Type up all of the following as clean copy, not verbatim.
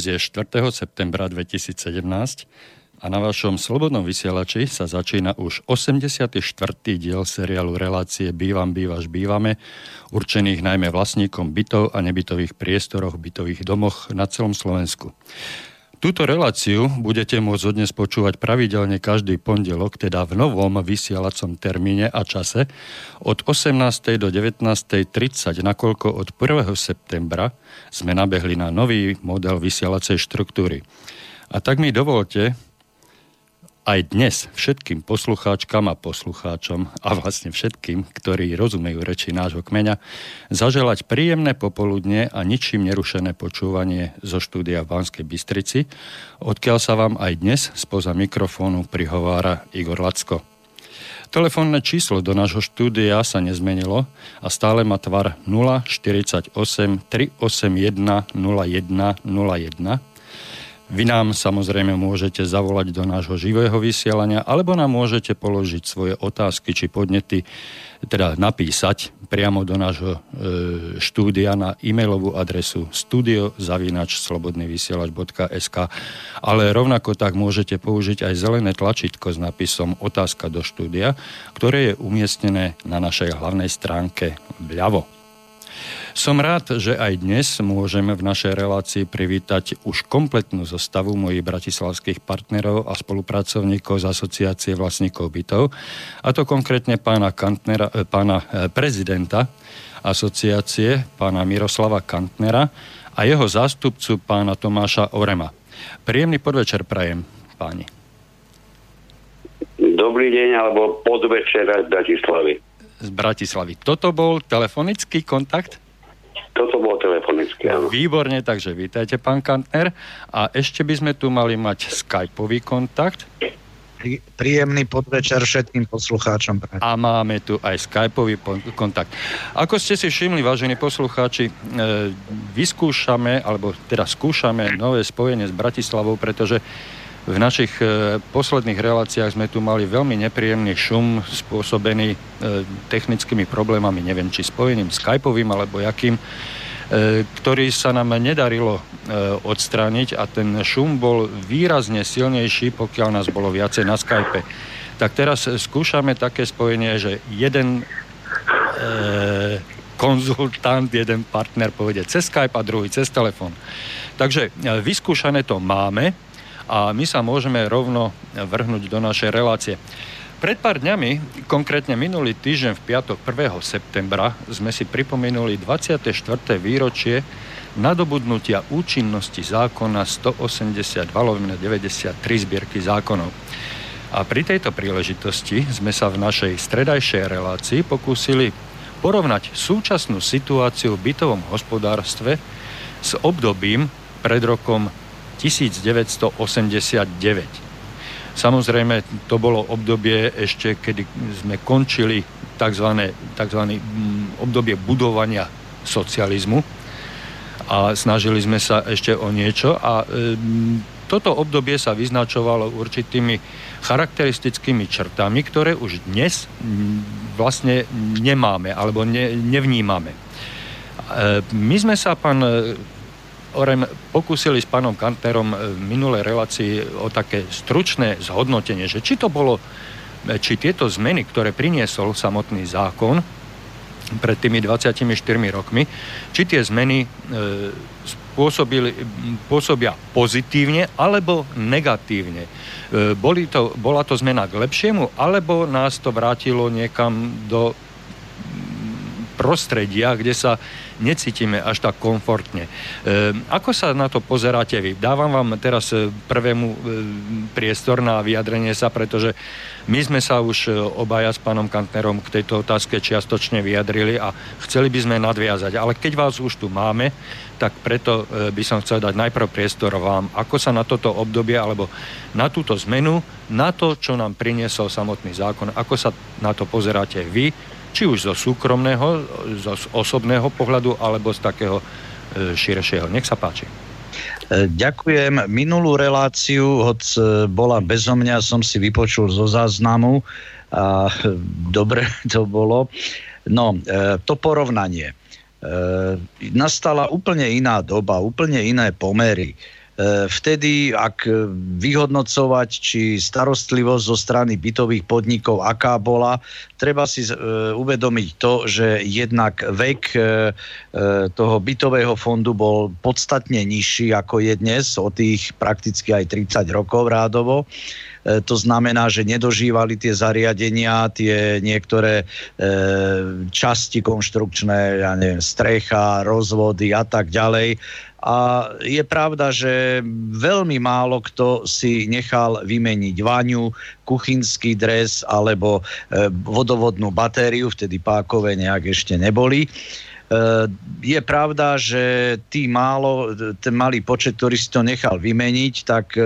Dnes je 4. septembra 2017 a na vašom slobodnom vysielači sa začína už 84. diel seriálu relácie Bývam, bývaš, bývame, určených najmä vlastníkom bytov a nebytových priestoroch, bytových domoch na celom Slovensku. Túto reláciu budete môcť dodnes počúvať pravidelne každý pondelok, teda v novom vysielacom termíne a čase od 18. do 19.30, nakoľko od 1. septembra sme nabehli na nový model vysielacej štruktúry. A tak mi dovolte aj dnes všetkým poslucháčkam a poslucháčom a vlastne všetkým, ktorí rozumejú reči nášho kmeňa, zaželať príjemné popoludne a ničím nerušené počúvanie zo štúdia v Banskej Bystrici, odkiaľ sa vám aj dnes spoza mikrofónu prihovára Igor Lacko. Telefónne číslo do nášho štúdia sa nezmenilo a stále má tvar 048 381 0101. Vy nám samozrejme môžete zavolať do nášho živého vysielania alebo nám môžete položiť svoje otázky či podnety, teda napísať priamo do nášho štúdia na e-mailovú adresu studio@slobodnyvysielac.sk, ale rovnako tak môžete použiť aj zelené tlačítko s nápisom Otázka do štúdia, ktoré je umiestnené na našej hlavnej stránke vľavo. Som rád, že aj dnes môžeme v našej relácii privítať už kompletnú zostavu mojich bratislavských partnerov a spolupracovníkov z Asociácie vlastníkov bytov, a to konkrétne pána prezidenta asociácie, pána Miroslava Kantnera a jeho zástupcu pána Tomáša Orema. Príjemný podvečer prajem, páni. Dobrý deň, alebo podvečer z Bratislavy. Z Bratislavy. Toto bol telefonický kontakt? Toto bolo telefonicky, áno. Výborne, takže vítajte, pán Kantner. A ešte by sme tu mali mať skypový kontakt. Príjemný podvečer všetkým poslucháčom. A máme tu aj skypový kontakt. Ako ste si všimli, vážení poslucháči, vyskúšame, alebo teda skúšame nové spojenie s Bratislavou, pretože v našich posledných reláciách sme tu mali veľmi nepríjemný šum spôsobený technickými problémami, neviem, či spojením skypovým alebo jakým, ktorý sa nám nedarilo odstrániť a ten šum bol výrazne silnejší, pokiaľ nás bolo viacej na Skype. Tak teraz skúšame také spojenie, že jeden konzultant, jeden partner pôjde cez Skype a druhý cez telefón. Takže vyskúšané to máme a my sa môžeme rovno vrhnúť do našej relácie. Pred pár dňami, konkrétne minulý týždeň v piatok 1. septembra, sme si pripomenuli 24. výročie nadobudnutia účinnosti zákona 182/93 zbierky zákonov. A pri tejto príležitosti sme sa v našej stredajšej relácii pokúsili porovnať súčasnú situáciu v bytovom hospodárstve s obdobím pred rokom 1989. Samozrejme, to bolo obdobie ešte, kedy sme končili tzv. Obdobie budovania socializmu a snažili sme sa ešte o niečo a toto obdobie sa vyznačovalo určitými charakteristickými črtami, ktoré už dnes vlastne nemáme alebo nevnímame. My sme sa, pán Orem, pokúsili s pánom Kantnerom v minulej relácii o také stručné zhodnotenie, že či tieto zmeny, ktoré priniesol samotný zákon pred tými 24 rokmi, či tie zmeny pôsobia pozitívne alebo negatívne. Bola to zmena k lepšiemu, alebo nás to vrátilo niekam do prostredia, kde sa necítime až tak komfortne. Ako sa na to pozeráte vy? Dávam vám teraz prvému priestor na vyjadrenie sa, pretože my sme sa už obaja s pánom Kantnerom k tejto otázke čiastočne vyjadrili a chceli by sme nadviazať. Ale keď vás už tu máme, tak preto by som chcel dať najprv priestor vám, ako sa na toto obdobie alebo na túto zmenu, na to, čo nám priniesol samotný zákon, ako sa na to pozeráte vy, či už zo súkromného, zo osobného pohľadu, alebo z takého širšieho. Nech sa páči. Ďakujem. Minulú reláciu, hoď bola bezo mňa, som si vypočul zo záznamu a dobre to bolo. No, to porovnanie. Nastala úplne iná doba, úplne iné pomery. Vtedy, ak vyhodnocovať, či starostlivosť zo strany bytových podnikov, aká bola, treba si uvedomiť to, že jednak vek toho bytového fondu bol podstatne nižší, ako je dnes, o tých prakticky aj 30 rokov rádovo. To znamená, že nedožívali tie zariadenia, tie niektoré časti konštrukčné, ja neviem, strecha, rozvody a tak ďalej. A je pravda, že veľmi málo kto si nechal vymeniť vaňu, kuchynský dres alebo vodovodnú batériu, vtedy pákové nejak ešte neboli. Je pravda, že ten malý počet, ktorý si to nechal vymeniť, tak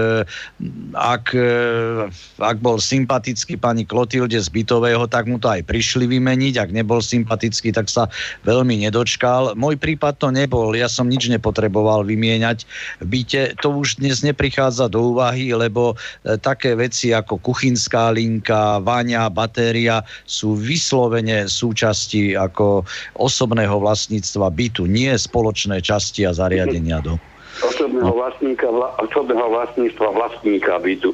ak bol sympatický pani Klotilde z bytového, tak mu to aj prišli vymeniť. Ak nebol sympatický, tak sa veľmi nedočkal. Môj prípad to nebol. Ja som nič nepotreboval vymieňať v byte. To už dnes neprichádza do úvahy, lebo také veci ako kuchynská linka, vaňa, batéria sú vyslovene súčasti ako osobného vlastníctva bytu, nie spoločné časti a zariadenia do osobného vlastníctva vlastníka bytu.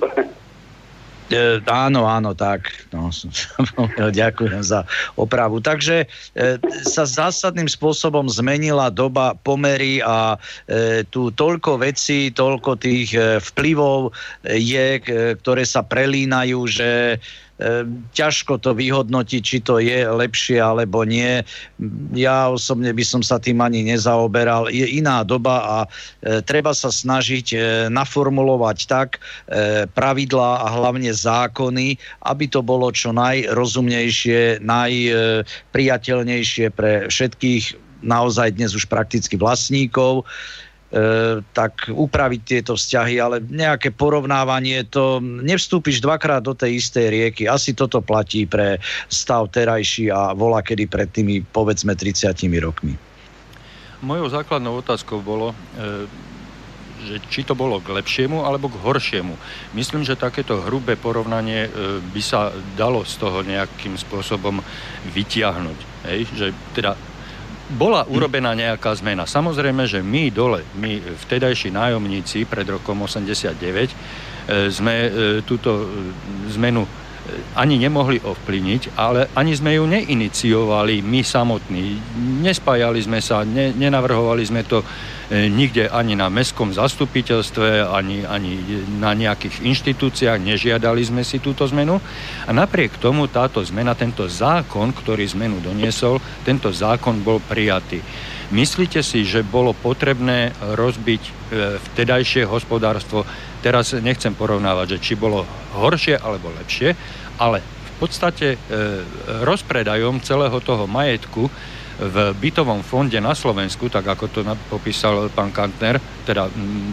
Áno, tak. No, ďakujem za opravu. Takže sa zásadným spôsobom zmenila doba, pomery a tu toľko vecí, toľko tých vplyvov je, ktoré sa prelínajú, že ťažko to vyhodnotiť, či to je lepšie alebo nie. Ja osobne by som sa tým ani nezaoberal. Je iná doba a treba sa snažiť naformulovať tak pravidlá a hlavne zákony, aby to bolo čo najrozumnejšie, najpriateľnejšie pre všetkých naozaj dnes už prakticky vlastníkov, tak upraviť tieto vzťahy, ale nejaké porovnávanie, to nevstúpiš dvakrát do tej istej rieky. Asi toto platí pre stav terajší a volakedy pred tými, povedzme, 30 rokmi. Mojou základnou otázkou bolo, že či to bolo k lepšiemu alebo k horšiemu. Myslím, že takéto hrubé porovnanie by sa dalo z toho nejakým spôsobom vytiahnuť. Hej? Že teda bola urobená nejaká zmena. Samozrejme, že my vtedajší nájomníci pred rokom 89 sme túto zmenu ani nemohli ovplyvniť, ale ani sme ju neiniciovali my samotní. Nespájali sme sa, nenavrhovali sme to nikde ani na mestskom zastupiteľstve, ani na nejakých inštitúciách, nežiadali sme si túto zmenu. A napriek tomu táto zmena, tento zákon, ktorý zmenu doniesol, tento zákon bol prijatý. Myslíte si, že bolo potrebné rozbiť vtedajšie hospodárstvo? Teraz nechcem porovnávať, že či bolo horšie alebo lepšie, ale v podstate rozpredajom celého toho majetku v bytovom fonde na Slovensku, tak ako to popísal pán Kantner, teda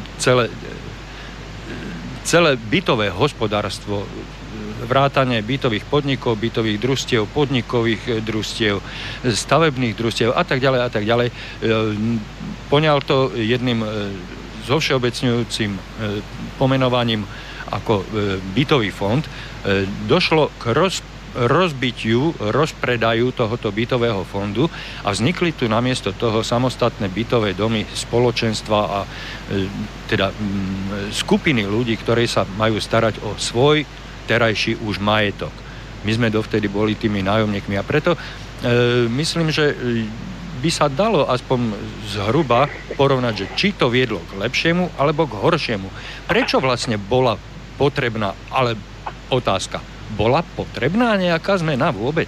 celé bytové hospodárstvo, vrátane bytových podnikov, bytových družstiev, podnikových družstiev, stavebných družstiev a tak ďalej, poňal to jedným zovšeobecňujúcim pomenovaním ako bytový fond, došlo k rozbitiu, rozpredaju tohoto bytového fondu a vznikli tu namiesto toho samostatné bytové domy, spoločenstva a teda skupiny ľudí, ktorí sa majú starať o svoj terajší už majetok. My sme dovtedy boli tými nájomníkmi a preto myslím, že by sa dalo aspoň zhruba porovnať, že či to viedlo k lepšiemu alebo k horšiemu. Prečo vlastne bola potrebná, ale otázka, bola potrebná nejaká zmena vôbec?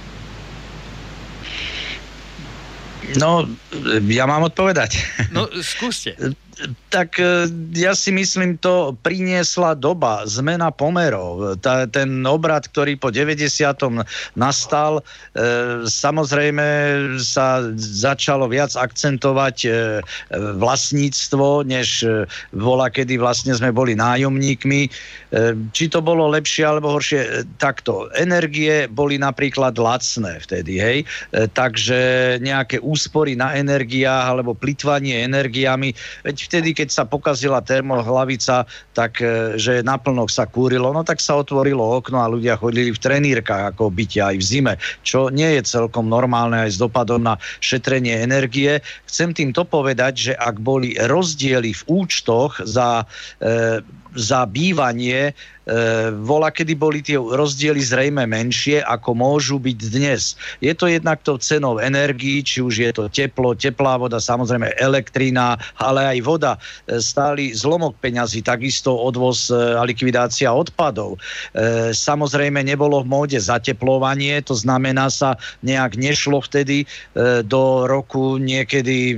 No, ja mám odpovedať. No, skúste. Tak ja si myslím, to priniesla doba, zmena pomerov. Ten obrad, ktorý po 90. nastal, samozrejme sa začalo viac akcentovať vlastníctvo, než bola, kedy vlastne sme boli nájomníkmi. Či to bolo lepšie alebo horšie, takto. Energie boli napríklad lacné vtedy, hej? Takže nejaké úspory na energiách alebo plytvanie energiami, veď vtedy, keď sa pokazila termohlavica, tak že naplno sa kúrilo, no tak sa otvorilo okno a ľudia chodili v trenírkach ako bytia aj v zime, čo nie je celkom normálne aj s dopadom na šetrenie energie. Chcem týmto povedať, že ak boli rozdiely v účtoch za bývanie, voľa kedy boli tie rozdiely zrejme menšie, ako môžu byť dnes. Je to jednak tou cenou energií, či už je to teplo, teplá voda, samozrejme elektrina, ale aj voda. Stáli zlomok peňazí, takisto odvoz a likvidácia odpadov. Samozrejme nebolo v móde zateplovanie, to znamená sa nejak nešlo vtedy do roku niekedy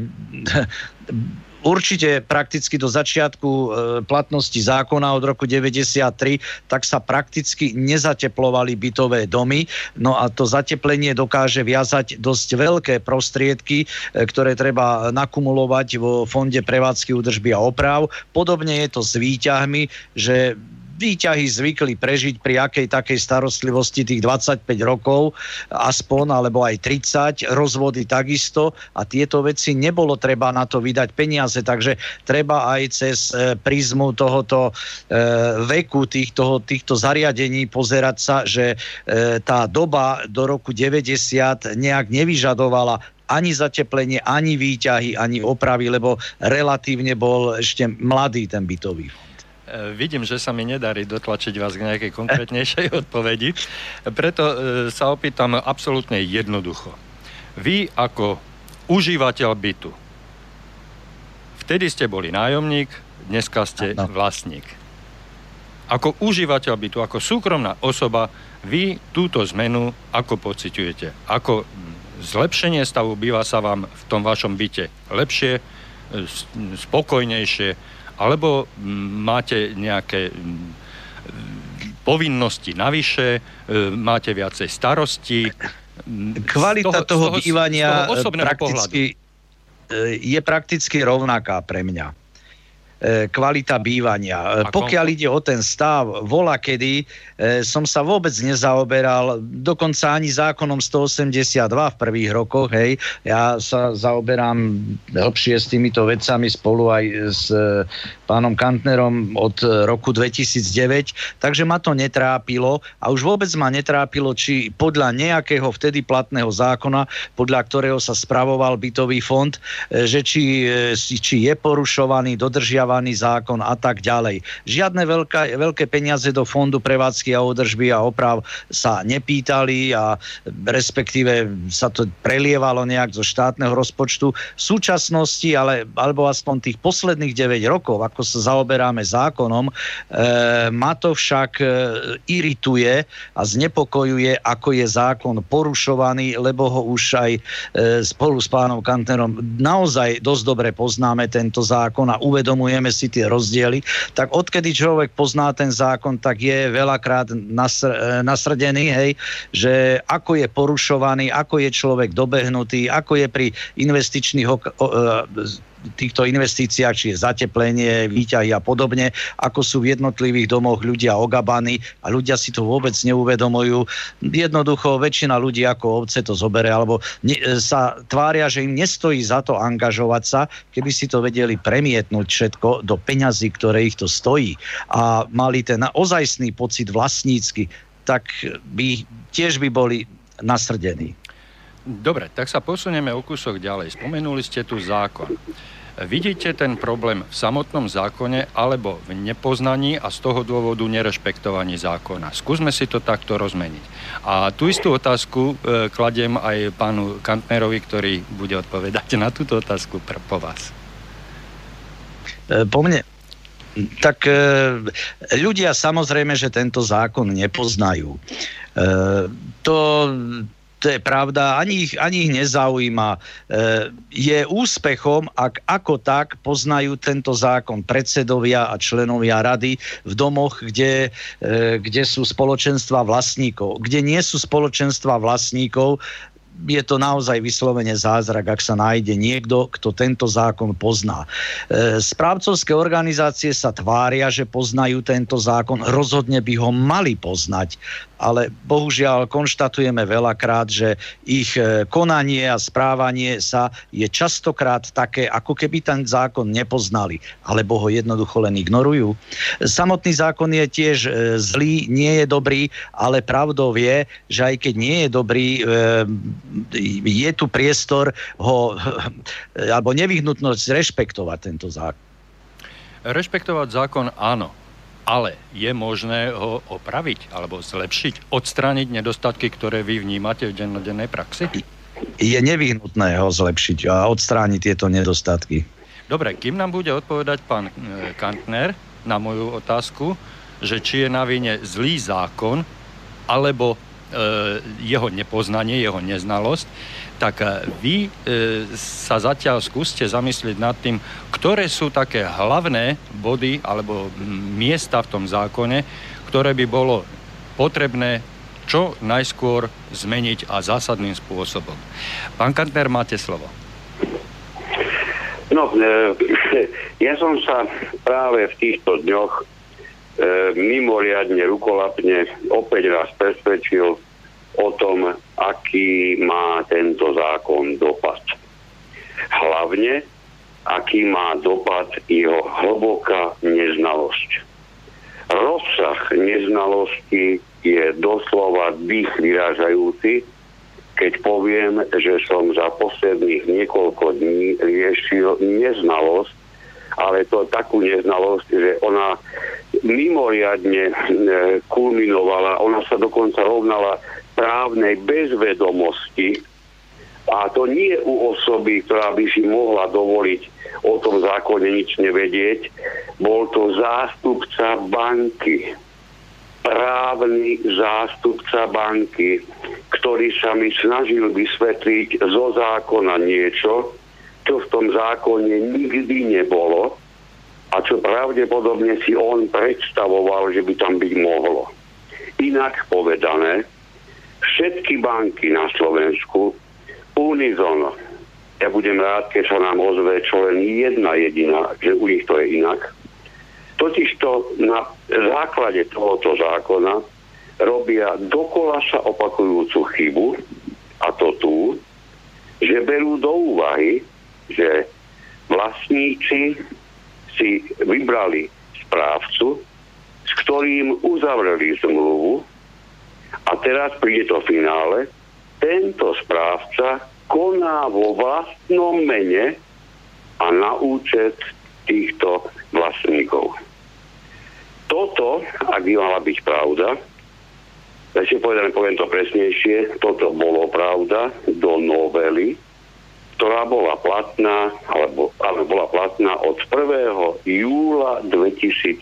určite prakticky do začiatku platnosti zákona od roku 93, tak sa prakticky nezateplovali bytové domy. No a to zateplenie dokáže viazať dosť veľké prostriedky, ktoré treba nakumulovať vo Fonde prevádzky, údržby a oprav. Podobne je to s výťahmi, že výťahy zvykli prežiť pri akej takej starostlivosti tých 25 rokov aspoň, alebo aj 30, rozvody takisto a tieto veci nebolo treba na to vydať peniaze, takže treba aj cez prízmu tohoto veku týchto zariadení pozerať sa, že tá doba do roku 90 nejak nevyžadovala ani zateplenie, ani výťahy, ani opravy, lebo relatívne bol ešte mladý ten bytový. Vidím, že sa mi nedarí dotlačiť vás k nejakej konkrétnejšej odpovedi, preto sa opýtam absolútne jednoducho. Vy ako užívateľ bytu, vtedy ste boli nájomník, dneska ste vlastník. Ako užívateľ bytu, ako súkromná osoba, vy túto zmenu ako pociťujete? Ako zlepšenie stavu býva sa vám v tom vašom byte lepšie, spokojnejšie, alebo máte nejaké povinnosti navyše, máte viacej starosti? Kvalita toho bývania je prakticky rovnaká pre mňa. Kvalita bývania. Pokiaľ ide o ten stav, voľakedy som sa vôbec nezaoberal, dokonca ani zákonom 182 v prvých rokoch, hej. Ja sa zaoberám hlbšie s týmito vecami spolu aj s pánom Kantnerom od roku 2009, takže ma to netrápilo a už vôbec ma netrápilo, či podľa nejakého vtedy platného zákona, podľa ktorého sa spravoval bytový fond, že či je porušovaný, dodržiavaný zákon a tak ďalej. Žiadne veľké peniaze do Fondu prevádzky a údržby a oprav sa nepýtali a respektíve sa to prelievalo nejak zo štátneho rozpočtu. V súčasnosti, alebo aspoň tých posledných 9 rokov, ako sa zaoberáme zákonom, ma to však irituje a znepokojuje, ako je zákon porušovaný, lebo ho už aj spolu s pánom Kantnerom naozaj dosť dobre poznáme tento zákon a uvedomujeme si tie rozdiely. Tak odkedy človek pozná ten zákon, tak je veľakrát nasrdený, hej, že ako je porušovaný, ako je človek dobehnutý, ako je pri investičných týchto investíciách, či je zateplenie, výťahy a podobne, ako sú v jednotlivých domoch ľudia ogabaní a ľudia si to vôbec neuvedomujú. Jednoducho väčšina ľudí ako ovce to zobere, alebo sa tvária, že im nestojí za to angažovať sa, keby si to vedeli premietnúť všetko do peňazí, ktoré ich to stojí a mali ten ozajstný pocit vlastnícky, tak tiež by boli nasrdení. Dobre, tak sa posunieme o kúsok ďalej. Spomenuli ste tu zákon. Vidíte ten problém v samotnom zákone alebo v nepoznaní a z toho dôvodu nerešpektovaní zákona? Skúsme si to takto rozmeniť. A tú istú otázku kladiem aj pánu Kantnerovi, ktorý bude odpovedať na túto otázku po vás. Po mne? Tak ľudia samozrejme, že tento zákon nepoznajú. To je pravda, ani ich nezaujíma. Je úspechom, ak ako tak poznajú tento zákon predsedovia a členovia rady v domoch, kde sú spoločenstva vlastníkov. Kde nie sú spoločenstva vlastníkov, je to naozaj vyslovene zázrak, ak sa nájde niekto, kto tento zákon pozná. Správcovské organizácie sa tvária, že poznajú tento zákon, rozhodne by ho mali poznať, ale bohužiaľ konštatujeme veľakrát, že ich konanie a správanie sa je častokrát také, ako keby ten zákon nepoznali, alebo ho jednoducho len ignorujú. Samotný zákon je tiež zlý, nie je dobrý, ale pravdou je, že aj keď nie je dobrý, je tu priestor ho, alebo nevyhnutnosť rešpektovať tento zákon. Rešpektovať zákon áno, ale je možné ho opraviť alebo zlepšiť, odstrániť nedostatky, ktoré vy vnímate v dennodennej praxi? Je nevyhnutné ho zlepšiť a odstrániť tieto nedostatky. Dobre, kým nám bude odpovedať pán Kantner na moju otázku, že či je na vine zlý zákon, alebo jeho nepoznanie, jeho neznalosť, tak vy sa zatiaľ skúste zamyslieť nad tým, ktoré sú také hlavné body alebo miesta v tom zákone, ktoré by bolo potrebné čo najskôr zmeniť a zásadným spôsobom. Pán Kantner, máte slovo. No, ja som sa práve v týchto dňoch mimoriadne rukolapne opäť raz presvedčil o tom, aký má tento zákon dopad. Hlavne, aký má dopad jeho hlboká neznalosť. Rozsah neznalosti je doslova dých vyrážajúci, keď poviem, že som za posledných niekoľko dní riešil neznalosť, ale to takú neznalosť, že ona mimoriadne kulminovala, ona sa dokonca rovnala právnej bezvedomosti, a to nie u osoby, ktorá by si mohla dovoliť o tom zákone nič nevedieť. Bol to zástupca banky, právny zástupca banky, ktorý sa mi snažil vysvetliť zo zákona niečo, čo v tom zákone nikdy nebolo a čo pravdepodobne si on predstavoval, že by tam byť mohlo. Inak povedané, všetky banky na Slovensku unizono, ja budem rád, keď sa nám ozve čo len jedna jediná, že u nich to je inak, totižto na základe tohoto zákona robia dokola sa opakujúcu chybu, a to tu, že berú do úvahy, že vlastníci si vybrali správcu, s ktorým uzavreli zmluvu, a teraz príde to finále, tento správca koná vo vlastnom mene a na účet týchto vlastníkov. Toto, ak by mala byť pravda, ešte poviem to presnejšie, toto bolo pravda do novely, ktorá bola platná, alebo bola platná od 1. júla 2007.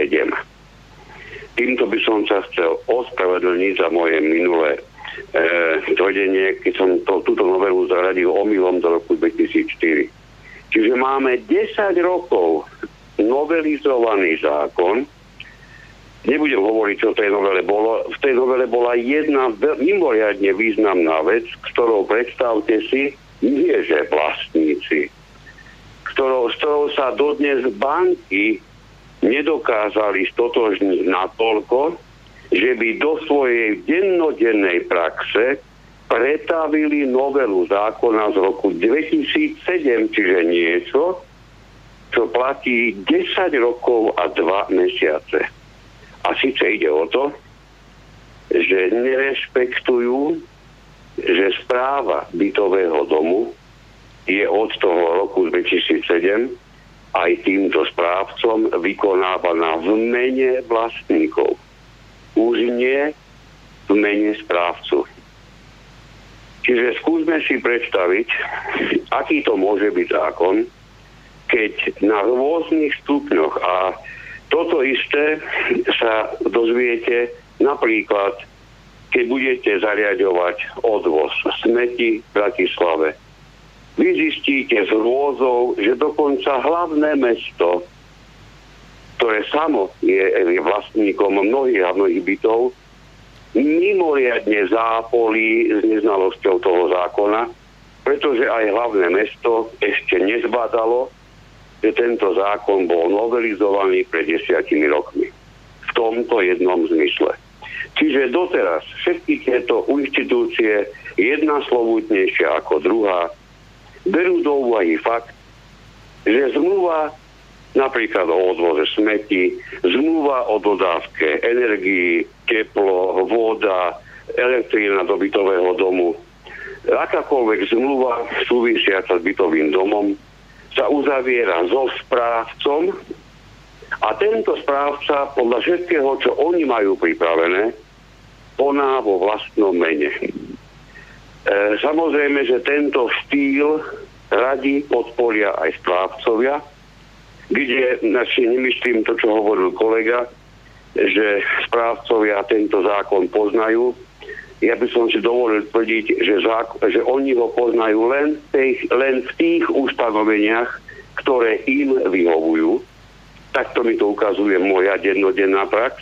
Týmto by som sa chcel ospravedlniť za moje minulé tvrdenie, keď som túto novelu zaradil omylom do roku 2004. Čiže máme 10 rokov novelizovaný zákon. Nebudem hovoriť, čo v tej novele bolo. V tej novele bola jedna mimoriadne významná vec, ktorou predstavte si, nie že vlastníci, s ktorou sa dodnes banky nedokázali stotožniť natoľko, že by do svojej dennodennej praxe pretavili novelu zákona z roku 2007, čiže niečo, čo platí 10 rokov a 2 mesiace. A síce ide o to, že nerešpektujú, že správa bytového domu je od toho roku 2007 aj týmto správcom vykonávaná v mene vlastníkov. Už nie v mene správcu. Čiže skúsme si predstaviť, aký to môže byť zákon, keď na rôznych stupňoch, a toto isté sa dozviete napríklad, keď budete zariaďovať odvoz smetí v Bratislave. Vy zistíte z rôzov, že dokonca hlavné mesto, ktoré samo je vlastníkom mnohých bytov, mimoriadne zápolí s neznalosťou toho zákona, pretože aj hlavné mesto ešte nezbadalo, že tento zákon bol novelizovaný pred 10 rokmi. V tomto jednom zmysle. Čiže doteraz všetky tieto inštitúcie, jedna slovutnejšia ako druhá, berú do úvahy fakt, že zmluva napríklad o odvoze smeti, zmluva o dodávke energii, teplo, voda, elektrína do bytového domu, akákoľvek zmluva súvisiaca s bytovým domom sa uzaviera so správcom a tento správca podľa všetkého, čo oni majú pripravené, koná vo vlastnom mene. Samozrejme, že tento štýl radi podporia aj správcovia, kde, nemyslím to, čo hovoril kolega, že správcovia tento zákon poznajú. Ja by som si dovolil tvrdiť, že oni ho poznajú len v tých ustanoveniach, ktoré im vyhovujú. Takto mi to ukazuje moja dennodenná prax.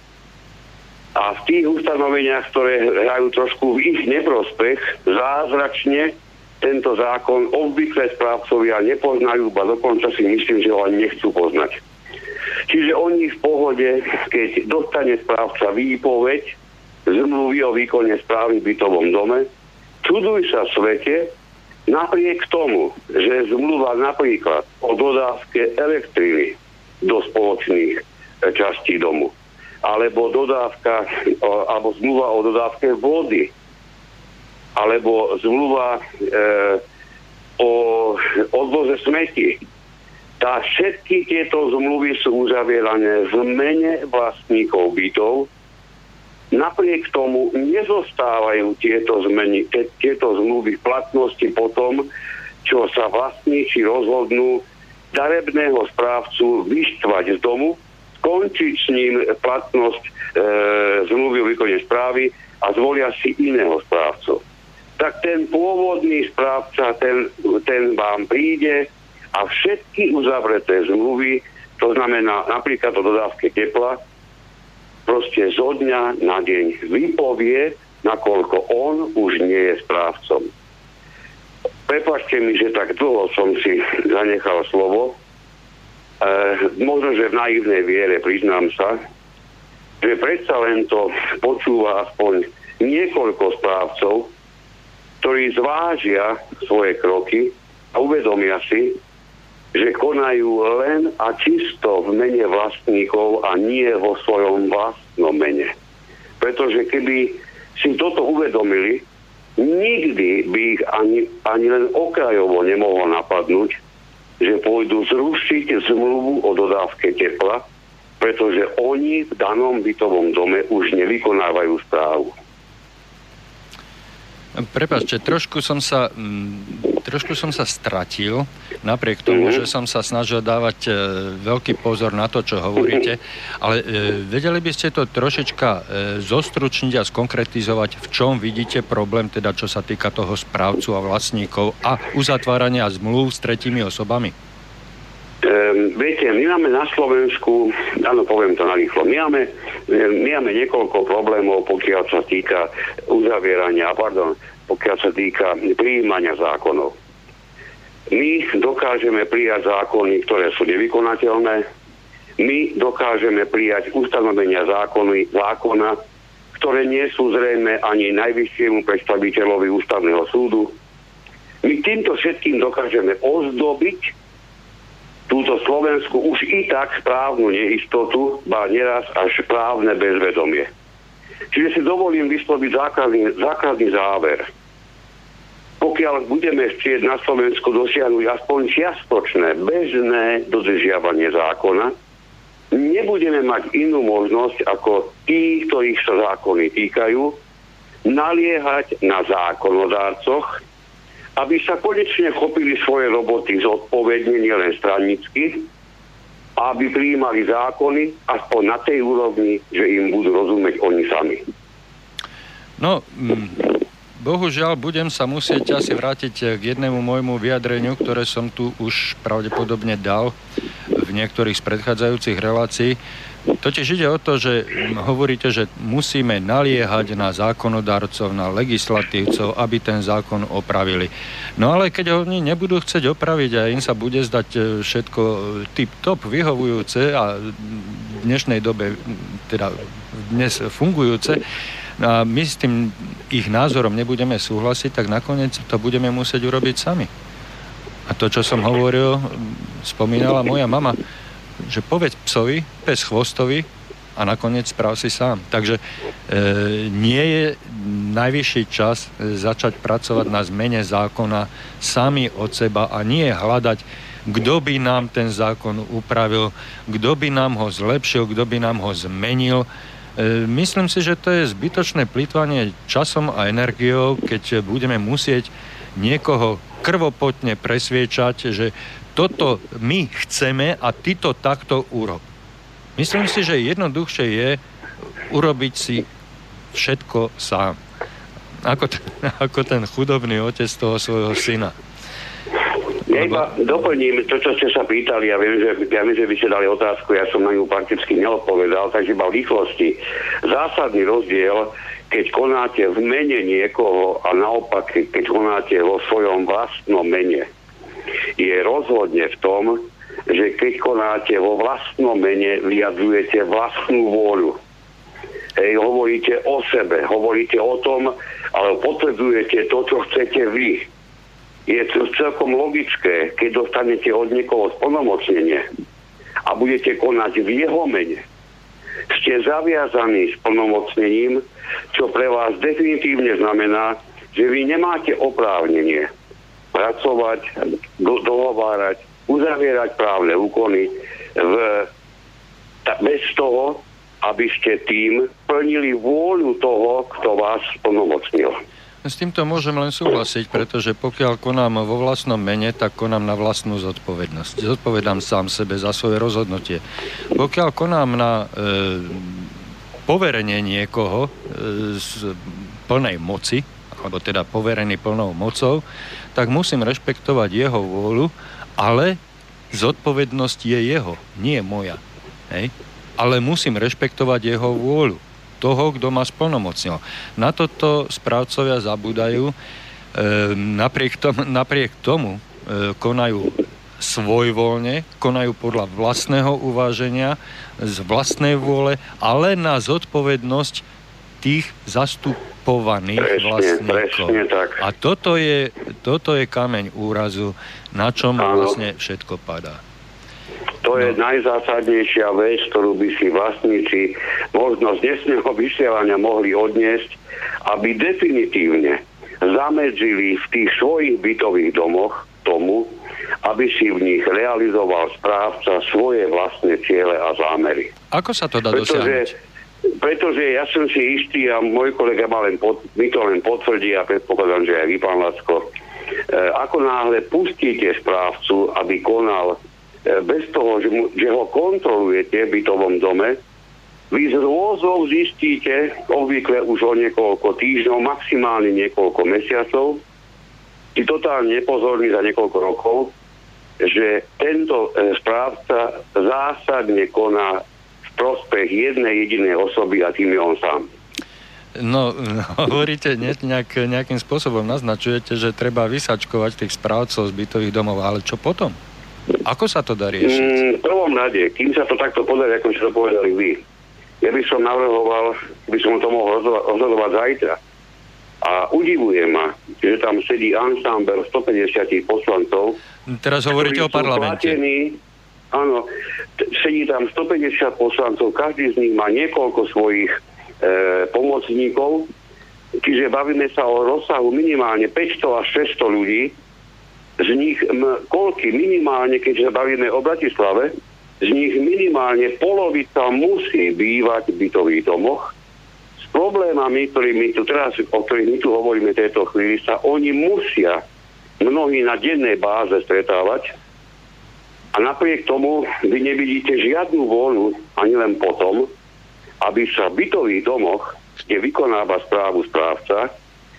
A v tých ustanoveniach, ktoré hrajú trošku v ich neprospech, zázračne tento zákon obvykle správcovia nepoznajú, ba dokonca si myslím, že ho ani nechcú poznať. Čiže oni v pohode, keď dostane správca výpoveď zmluvy o výkone správy v bytovom dome, čuduj sa svete, napriek tomu, že zmluva napríklad o dodávke elektriny do spoločných častí domu, alebo zmluva o dodávke vody, alebo zmluva o odvoze smeti. Všetky tieto zmluvy sú uzavierané v mene vlastníkov bytov. Napriek tomu nezostávajú tieto zmluvy v platnosti po tom, čo sa vlastníci rozhodnú darebného správcu vyštvať z domu, skončiť s ním platnosť zmluvy o výkone správy a zvolia si iného správcu. Tak ten pôvodný správca, ten vám príde a všetky uzavreté zmluvy, to znamená napríklad o dodávke tepla, proste zo dňa na deň vypovie, nakoľko on už nie je správcom. Prepáčte mi, že tak dlho som si zanechal slovo. Možno, že v naivnej viere, priznám sa, že predsa len to počúva aspoň niekoľko správcov, ktorí zvážia svoje kroky a uvedomia si, že konajú len a čisto v mene vlastníkov a nie vo svojom vlastnom mene. Pretože keby si toto uvedomili, nikdy by ich ani len okrajovo nemohlo napadnúť, že pôjdu zrušiť zmluvu o dodávke tepla, pretože oni v danom bytovom dome už nevykonávajú správu. Prepáčte, trošku som sa stratil, napriek tomu, že som sa snažil dávať veľký pozor na to, čo hovoríte, ale vedeli by ste to trošička zostručniť a skonkretizovať, v čom vidíte problém, teda čo sa týka toho správcu a vlastníkov a uzatvárania zmluv s tretími osobami? Viete, my máme na Slovensku, áno, poviem to narýchlo, my máme niekoľko problémov, pokiaľ sa týka pokiaľ sa týka prijímania zákonov. My dokážeme prijať zákony, ktoré sú nevykonateľné. My dokážeme prijať ustanovenia zákona, ktoré nie sú zrejme ani najvyššiemu predstaviteľovi ústavného súdu. My týmto všetkým dokážeme ozdobiť túto Slovensku už i tak právnu neistotu, ba neraz až právne bezvedomie. Čiže si dovolím vysloviť základný záver. Pokiaľ budeme chcieť na Slovensku dosiahnuť aspoň čiastočné, bežné dodržiavanie zákona, nebudeme mať inú možnosť ako tí, ktorých sa zákony týkajú, naliehať na zákonodárcoch, aby sa konečne chopili svoje roboty zodpovedne, nielen stranicky, a aby prijímali zákony aspoň na tej úrovni, že im budú rozumieť oni sami. No, bohužiaľ, budem sa musieť asi vrátiť k jednému môjmu vyjadreniu, ktoré som tu už pravdepodobne dal v niektorých z predchádzajúcich relácií. Totiž ide o to, že hovoríte, že musíme naliehať na zákonodarcov, na legislatívcov, aby ten zákon opravili. No ale keď oni nebudú chcieť opraviť a im sa bude zdať všetko tip-top vyhovujúce a v dnešnej dobe, teda dnes fungujúce, a my s tým ich názorom nebudeme súhlasiť, tak nakoniec to budeme musieť urobiť sami. A to, čo som hovoril, spomínala moja mama, že povedz psovi, pes chvostovi a nakoniec správ si sám. Takže nie je najvyšší čas začať pracovať na zmene zákona sami od seba a nie hľadať, kto by nám ten zákon upravil, kto by nám ho zlepšil, kto by nám ho zmenil. Myslím si, že to je zbytočné plytvanie časom a energiou, keď budeme musieť niekoho krvopotne presviečať, že toto my chceme a ty to takto urob. Myslím si, že jednoduchšie je urobiť si všetko sám. Ako ten chudobný otec toho svojho syna. Ja iba doplním to, čo ste sa pýtali. Ja viem, že by ste dali otázku, ja som na ňu prakticky neodpovedal, takže iba v rýchlosti. Zásadný rozdiel, keď konáte v mene niekoho a naopak, keď konáte vo svojom vlastnom mene, je rozhodne v tom, že keď konáte vo vlastnom mene, vyjadrujete vlastnú vôľu. Hovoríte o sebe, hovoríte o tom, ale potvrdzujete to, čo chcete vy. Je to celkom logické, keď dostanete od niekoho splnomocnenie a budete konať v jeho mene. Ste zaviazaní splnomocnením, čo pre vás definitívne znamená, že vy nemáte oprávnenie pracovať, dohovárať, uzavierať právne úkony bez toho, aby ste tým plnili vôľu toho, kto vás splnomocnil. S týmto môžem len súhlasiť, pretože pokiaľ konám vo vlastnom mene, tak konám na vlastnú zodpovednosť. Zodpovedám sám sebe za svoje rozhodnutie. Pokiaľ konám na poverenie niekoho z plnej moci, alebo teda poverený plnou mocou, tak musím rešpektovať jeho vôľu, ale zodpovednosť je jeho, nie moja. Hej? Ale musím rešpektovať jeho vôľu, toho, kto ma splnomocnil. Na toto správcovia zabúdajú, napriek tomu konajú svojvoľne, konajú podľa vlastného uváženia, z vlastnej vôle, ale na zodpovednosť tých zastupovaných vlastníkov. Presne tak. A toto je kameň úrazu, na čom vlastne všetko padá. To je najzásadnejšia vec, ktorú by si vlastníci možno z dnesného vysielania mohli odniesť, aby definitívne zamedzili v tých svojich bytových domoch tomu, aby si v nich realizoval správca svoje vlastné ciele a zámery. Ako sa to dá dosiahnuť? Pretože ja som si istý a môj kolega mi to len potvrdí a predpokladám, že aj vy, pán Lacko, ako náhle pustíte správcu, aby konal bez toho, že ho kontrolujete v bytovom dome, vy z rôzov zistíte, obvykle už o niekoľko týždňov, maximálne niekoľko mesiacov, i totálne nepozorný za niekoľko rokov, že tento správca zásadne koná v prospech jednej jedinej osoby a tým je on sám. No, hovoríte, nejakým spôsobom naznačujete, že treba vysačkovať tých správcov z bytových domov, ale čo potom? Ako sa to dá riešiť? V prvom rade, kým sa to takto podarí, ako ste to povedali vy, ja by som navrhoval, by som to mohol rozhodovať zajtra. A udivuje ma, že tam sedí ansámbel 150 poslancov. Teraz hovoríte o parlamente. Áno, sedí tam 150 poslancov, každý z nich má niekoľko svojich pomocníkov, čiže bavíme sa o rozsahu minimálne 500 až 600 ľudí, z nich koľky minimálne, keďže bavíme o Bratislave, z nich minimálne polovica musí bývať v bytových domoch. S problémami, o ktorých my tu hovoríme v tejto chvíli, sa oni musia mnohí na dennej báze stretávať a napriek tomu vy nevidíte žiadnu vôľu ani len potom, aby sa v bytových domoch, kde vykonáva správu správca,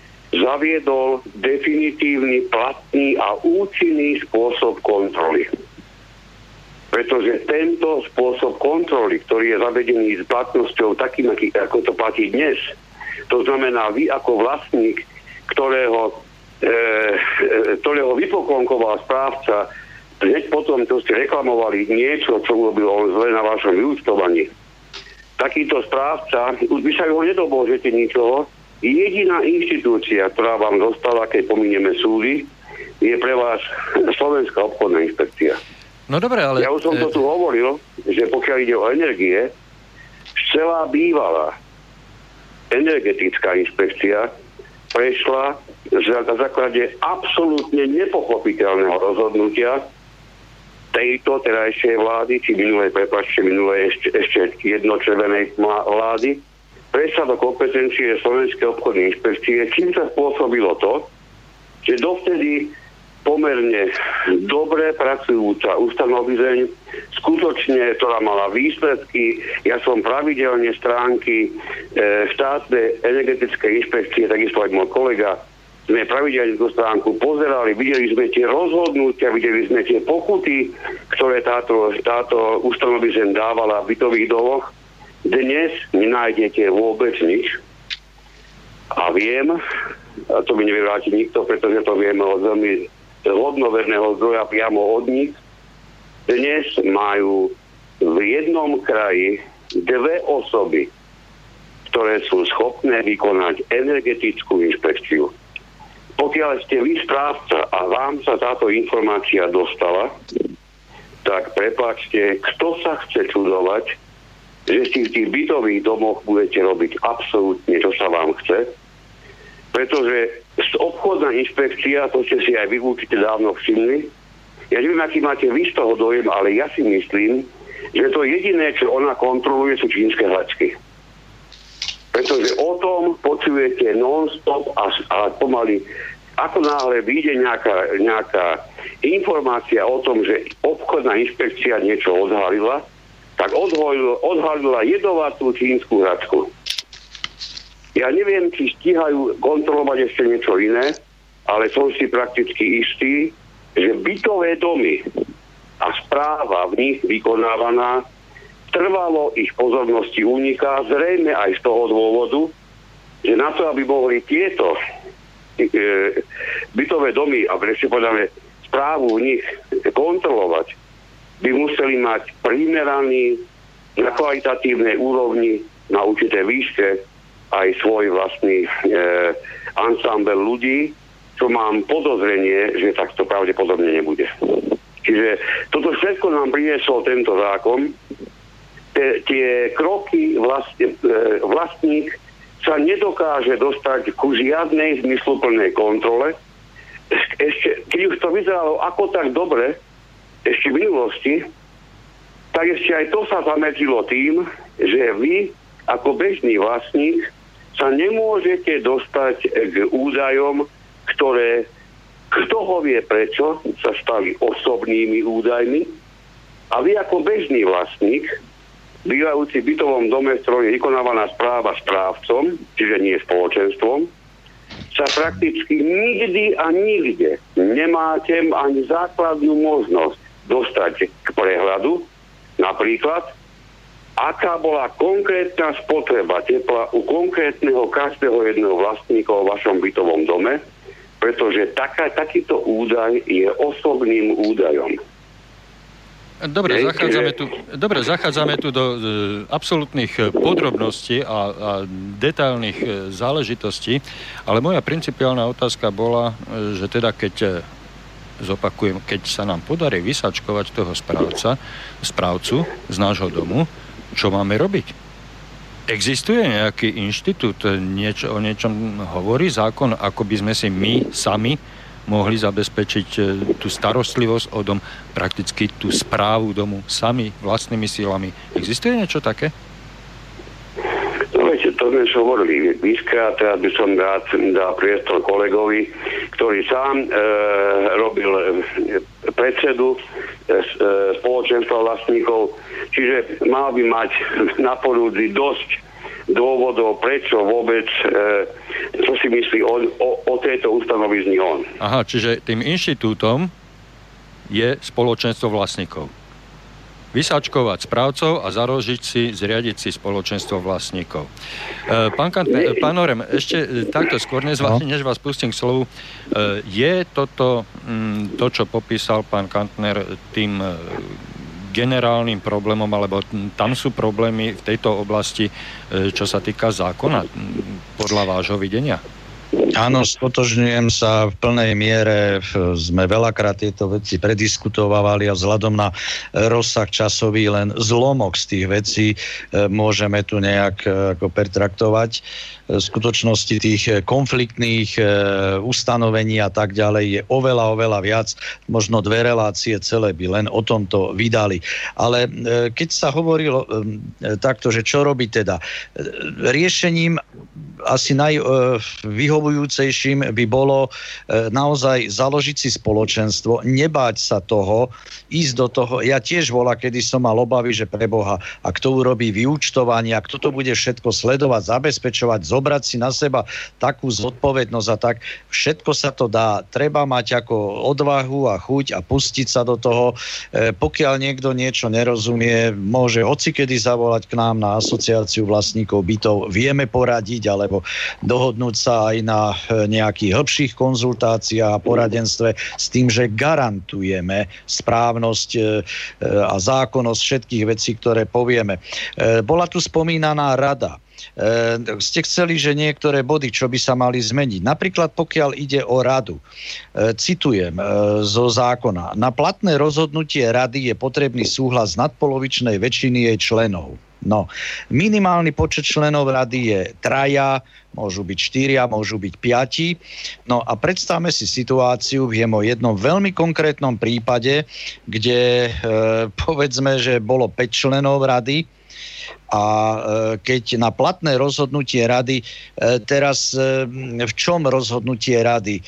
zaviedol definitívny, platný a účinný spôsob kontroly. Pretože tento spôsob kontroly, ktorý je zavedený s platnosťou takým, ako to platí dnes, to znamená, vy ako vlastník, ktorého vypoklonkoval správca, hneď potom, čo ste reklamovali niečo, čo urobilo zle na vašom vyúčtovaní, takýto správca, už by sa ho nedobôžete ničoho, jediná inštitúcia, ktorá vám dostala, keď pominieme súdy, je pre vás Slovenská obchodná inšpekcia. No dobre, ale... Ja už som to tu hovoril, že pokiaľ ide o energie, celá bývalá energetická inšpekcia prešla na základe absolútne nepochopiteľného rozhodnutia tejto terajšej vlády, či minulej ešte jednočervenej vlády, prešla do kompetencie Slovenskej obchodnej inšpekcie, čím sa spôsobilo to, že dovtedy pomerne dobre pracujúca ustanovizeň, skutočne, ktorá mala výsledky. Ja som pravidelne stránky štátnej energetickej inšpekcie, takisto aj môj kolega, sme pravidelne tú stránku pozerali, videli sme tie rozhodnutia, videli sme tie pokuty, ktoré táto ustanovizeň dávala v bytových domoch. Dnes nenájdete vôbec nič. A viem, a to mi nevie vrátiť nikto, pretože to vieme od veľmi hodnoverného zdroja priamo od nich. Dnes majú v jednom kraji 2 osoby, ktoré sú schopné vykonať energetickú inšpekciu. Pokiaľ ste vy správca a vám sa táto informácia dostala, tak prepáčte, kto sa chce čudovať, že si v tých bytových domoch budete robiť absolútne, čo sa vám chce, pretože obchodná inšpekcia, to ste si aj vy určite dávno všimli, ja neviem, aký máte vy z toho dojem, ale ja si myslím, že to jediné, čo ona kontroluje, sú čínske hračky. Pretože o tom počujete non-stop a pomaly, ako náhle vyjde nejaká informácia o tom, že obchodná inšpekcia niečo odhalila, tak odhalila jedovatú čínsku hračku. Ja neviem, či stíhajú kontrolovať ešte niečo iné, ale som si prakticky istý, že bytové domy a správa v nich vykonávaná trvalo ich pozornosti uniká, zrejme aj z toho dôvodu, že na to, aby mohli tieto bytové domy a ešte povedame správu v nich kontrolovať, by museli mať primeraný na kvalitatívnej úrovni, na určité výške aj svoj vlastný ansámbel ľudí, čo mám podozrenie, že takto pravdepodobne nebude. Čiže toto všetko nám priniesol tento zákon. Tie kroky vlastník sa nedokáže dostať ku žiadnej zmysluplnej kontrole. Ešte, keď už to vyzeralo ako tak dobre, ešte v minulosti, tak ešte aj to sa zamedzilo tým, že vy ako bežný vlastník sa nemôžete dostať k údajom, ktoré, kto ho vie prečo, sa stali osobnými údajmi. A vy ako bežný vlastník, bývajúci v bytovom dome, v ktorom je vykonávaná správa správcom, čiže nie spoločenstvom, sa prakticky nikdy a nikde nemáte ani základnú možnosť dostať k prehľadu, napríklad, aká bola konkrétna spotreba tepla u konkrétneho každého jedného vlastníka vo vašom bytovom dome, pretože takýto údaj je osobným údajom. Dobre, zachádzame tu do absolútnych podrobností a detailných záležitostí, ale moja principiálna otázka bola, že teda keď sa nám podarí vysačkovať toho správcu z nášho domu, čo máme robiť? Existuje nejaký inštitút, o niečom hovorí zákon, ako by sme si my sami mohli zabezpečiť tú starostlivosť o dom, prakticky tú správu domu sami, vlastnými silami. Existuje niečo také? No viete, to sme hovorili výskrát, teraz by som dal priestor kolegovi, ktorý sám robil predsedu spoločenstva vlastníkov, čiže mal by mať na porúdzi dosť dôvodov, prečo vôbec, čo si myslí o tejto ustanovizni on. Aha, čiže tým inštitútom je spoločenstvo vlastníkov. vysačkovať správcov a založiť si, zriadiť si spoločenstvo vlastníkov. Pán Orem, ešte takto skôr, než vás pustím k slovu, je toto, to, čo popísal pán Kantner, tým generálnym problémom, alebo tam sú problémy v tejto oblasti, čo sa týka zákona, podľa vášho videnia? Áno, stotožňujem sa v plnej miere. Sme veľakrát tieto veci prediskutovali a vzhľadom na rozsah časový len zlomok z tých vecí môžeme tu nejak ako pertraktovať. V skutočnosti tých konfliktných ustanovení a tak ďalej je oveľa viac. Možno 2 relácie celé by len o tomto vydali. Ale keď sa hovorilo takto, že čo robiť teda? Riešením asi najvyhovujúcejším by bolo naozaj založiť si spoločenstvo, nebáť sa toho, ísť do toho. Ja tiež kedy som mal obavy, že preboha, a kto urobí vyúčtovanie, a kto to bude všetko sledovať, zabezpečovať, zobrať si na seba takú zodpovednosť a tak. Všetko sa to dá. Treba mať ako odvahu a chuť a pustiť sa do toho. Pokiaľ niekto niečo nerozumie, môže hocikedy zavolať k nám na asociáciu vlastníkov bytov. Vieme poradiť, alebo dohodnúť sa aj na nejakých hĺbších konzultáciách a poradenstve s tým, že garantujeme správnosť a zákonnosť všetkých vecí, ktoré povieme. Bola tu spomínaná rada. Ste chceli, že niektoré body, čo by sa mali zmeniť. Napríklad pokiaľ ide o radu. Citujem zo zákona. Na platné rozhodnutie rady je potrebný súhlas nadpolovičnej väčšiny jej členov. No, minimálny počet členov rady je 3, môžu byť 4, môžu byť 5. No a predstavme si situáciu, viem o jednom veľmi konkrétnom prípade, kde povedzme, že bolo 5 členov rady, a keď na platné rozhodnutie rady, teraz v čom rozhodnutie rady?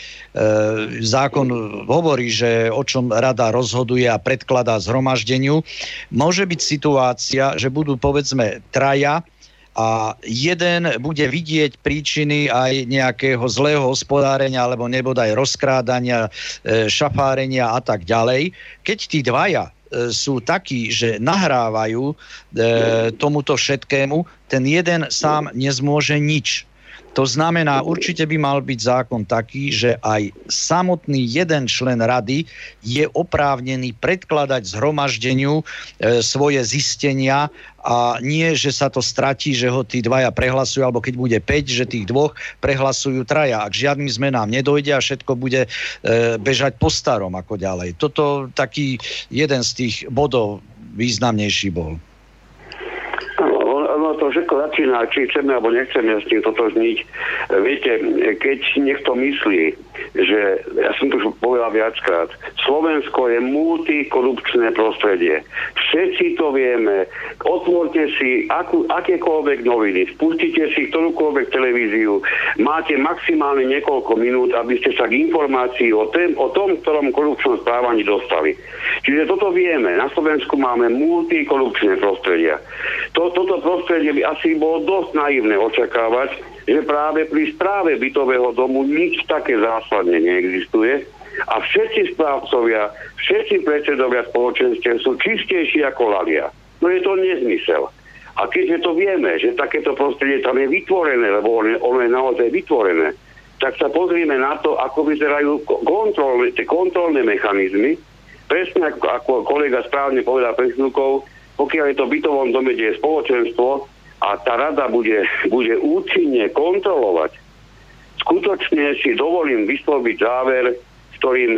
Zákon hovorí, že o čom rada rozhoduje a predkladá zhromaždeniu. Môže byť situácia, že budú povedzme 3 a jeden bude vidieť príčiny aj nejakého zlého hospodárenia alebo nebodaj rozkrádania, šafárenia a tak ďalej. Keď tí 2 sú takí, že nahrávajú tomuto všetkému, ten jeden sám nezmôže nič. To znamená, určite by mal byť zákon taký, že aj samotný jeden člen rady je oprávnený predkladať zhromaždeniu svoje zistenia a nie, že sa to stratí, že ho tí 2 prehlasujú, alebo keď bude 5, že tých 2 prehlasujú 3. Ak žiadnym zmenám nedojde a všetko bude bežať po starom ako ďalej. Toto taký jeden z tých bodov významnejší bol. To všetko začína, či chceme alebo nechceme s tým totožniť. Viete, keď niekto myslí, že, ja som to už povedal viackrát, Slovensko je multikorupčné prostredie. Všetci to vieme. Otvorte si akékoľvek noviny, spustite si ktorúkoľvek televíziu, máte maximálne niekoľko minút, aby ste sa k informácii o tom, ktorom korupčnom správaní dostali. Čiže toto vieme. Na Slovensku máme multikorupčné prostredia. Toto prostredie by asi bolo dosť naivné očakávať, že práve pri správe bytového domu nič také zásadne neexistuje a všetci správcovia, všetci predsedovia spoločenstiev sú čistejší ako lalia. No je to nezmysel. A keďže to vieme, že takéto prostredie tam je vytvorené, lebo ono je naozaj vytvorené, tak sa pozrieme na to, ako vyzerajú kontrolné mechanizmy. Presne ako kolega správne povedal pred chvíľkou, pokiaľ je to v bytovom dome, kde je spoločenstvo a tá rada bude účinne kontrolovať, skutočne si dovolím vysloviť záver, s ktorým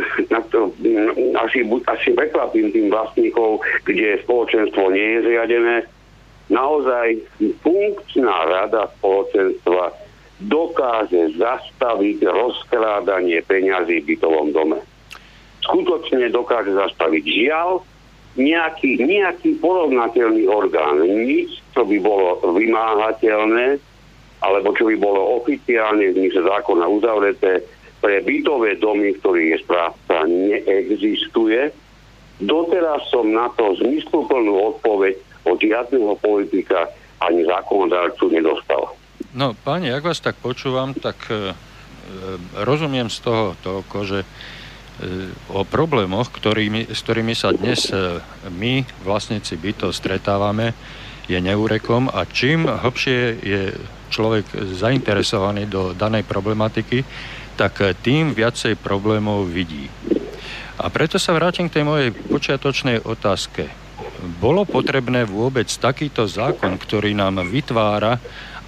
asi prekvapím tým vlastníkov, kde spoločenstvo nie je zriadené. Naozaj funkčná rada spoločenstva dokáže zastaviť rozkrádanie peňazí v bytovom dome. Skutočne dokáže zastaviť. Žiaľ, nejaký porovnateľný orgán, nič, čo by bolo vymáhateľné, alebo čo by bolo oficiálne v zmysle zákona uzavreté, pre bytové domy, ktorých je správca, neexistuje. Doteraz som na to zmysluplnú odpoveď od žiadneho politika ani zákonodárcu nedostal. No, páni, ak vás tak počúvam, tak rozumiem z toho toľko, že o problémoch, s ktorými sa dnes my, vlastníci bytov, stretávame, je neurekom a čím hlbšie je človek zainteresovaný do danej problematiky, tak tým viacej problémov vidí. A preto sa vrátim k tej mojej počiatočnej otázke. Bolo potrebné vôbec takýto zákon, ktorý nám vytvára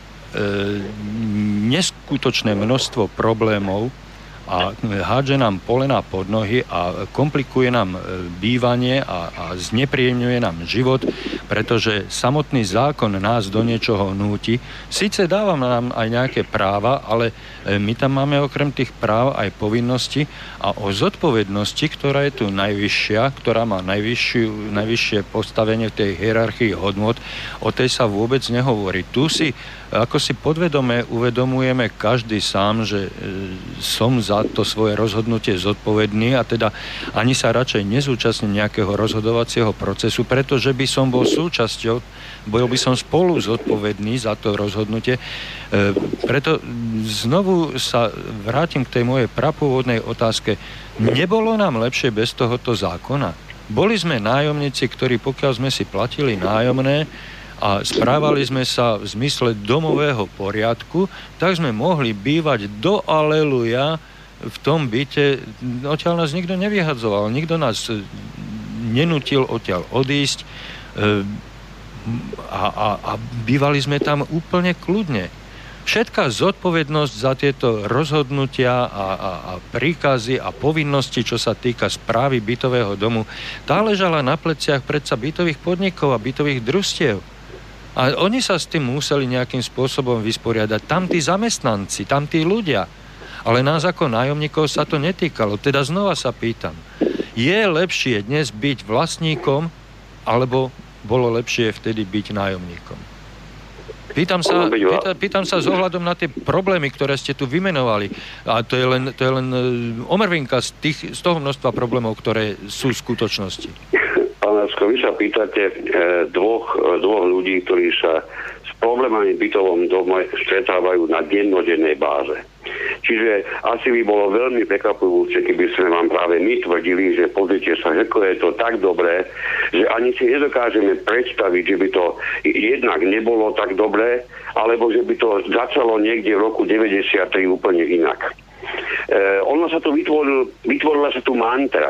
neskutočné množstvo problémov a hádže nám polena pod nohy a komplikuje nám bývanie a znepríjemňuje nám život, pretože samotný zákon nás do niečoho núti. Síce dáva nám aj nejaké práva, ale my tam máme okrem tých práv aj povinnosti a o zodpovednosti, ktorá je tu najvyššia, ktorá má najvyššie postavenie v tej hierarchii hodnot, o tej sa vôbec nehovorí. Tu si ako si podvedome uvedomujeme každý sám, že som za to svoje rozhodnutie zodpovedný a teda ani sa radšej nezúčastním nejakého rozhodovacieho procesu, pretože by som bol súčasťou, bol by som spolu zodpovedný za to rozhodnutie. Preto znovu sa vrátim k tej mojej prapôvodnej otázke. Nebolo nám lepšie bez tohoto zákona? Boli sme nájomníci, ktorí pokiaľ sme si platili nájomné, a správali sme sa v zmysle domového poriadku, tak sme mohli bývať do aleluja v tom byte. Odtiaľ nás nikto nevyhadzoval, nikto nás nenutil odtiaľ odísť a bývali sme tam úplne kľudne. Všetká zodpovednosť za tieto rozhodnutia a príkazy a povinnosti, čo sa týka správy bytového domu, tá ležala na pleciach predsa bytových podnikov a bytových družstiev. A oni sa s tým museli nejakým spôsobom vysporiadať. Tam tí zamestnanci, tam tí ľudia. Ale nás ako nájomníkov sa to netýkalo. Teda znova sa pýtam. Je lepšie dnes byť vlastníkom, alebo bolo lepšie vtedy byť nájomníkom? Pýtam sa s ohľadom na tie problémy, ktoré ste tu vymenovali. A to je len omrvinka z toho množstva problémov, ktoré sú v skutočnosti. Pán Lacko, vy sa pýtate dvoch ľudí, ktorí sa s problémami v bytovom dome stretávajú na dennodennej báze. Čiže asi by bolo veľmi prekvapujúce, keby sme vám práve my tvrdili, že pozrite sa, že je to tak dobré, že ani si nedokážeme predstaviť, že by to jednak nebolo tak dobré, alebo že by to začalo niekde v roku 93 úplne inak. Ono sa tu vytvorila sa tu mantra,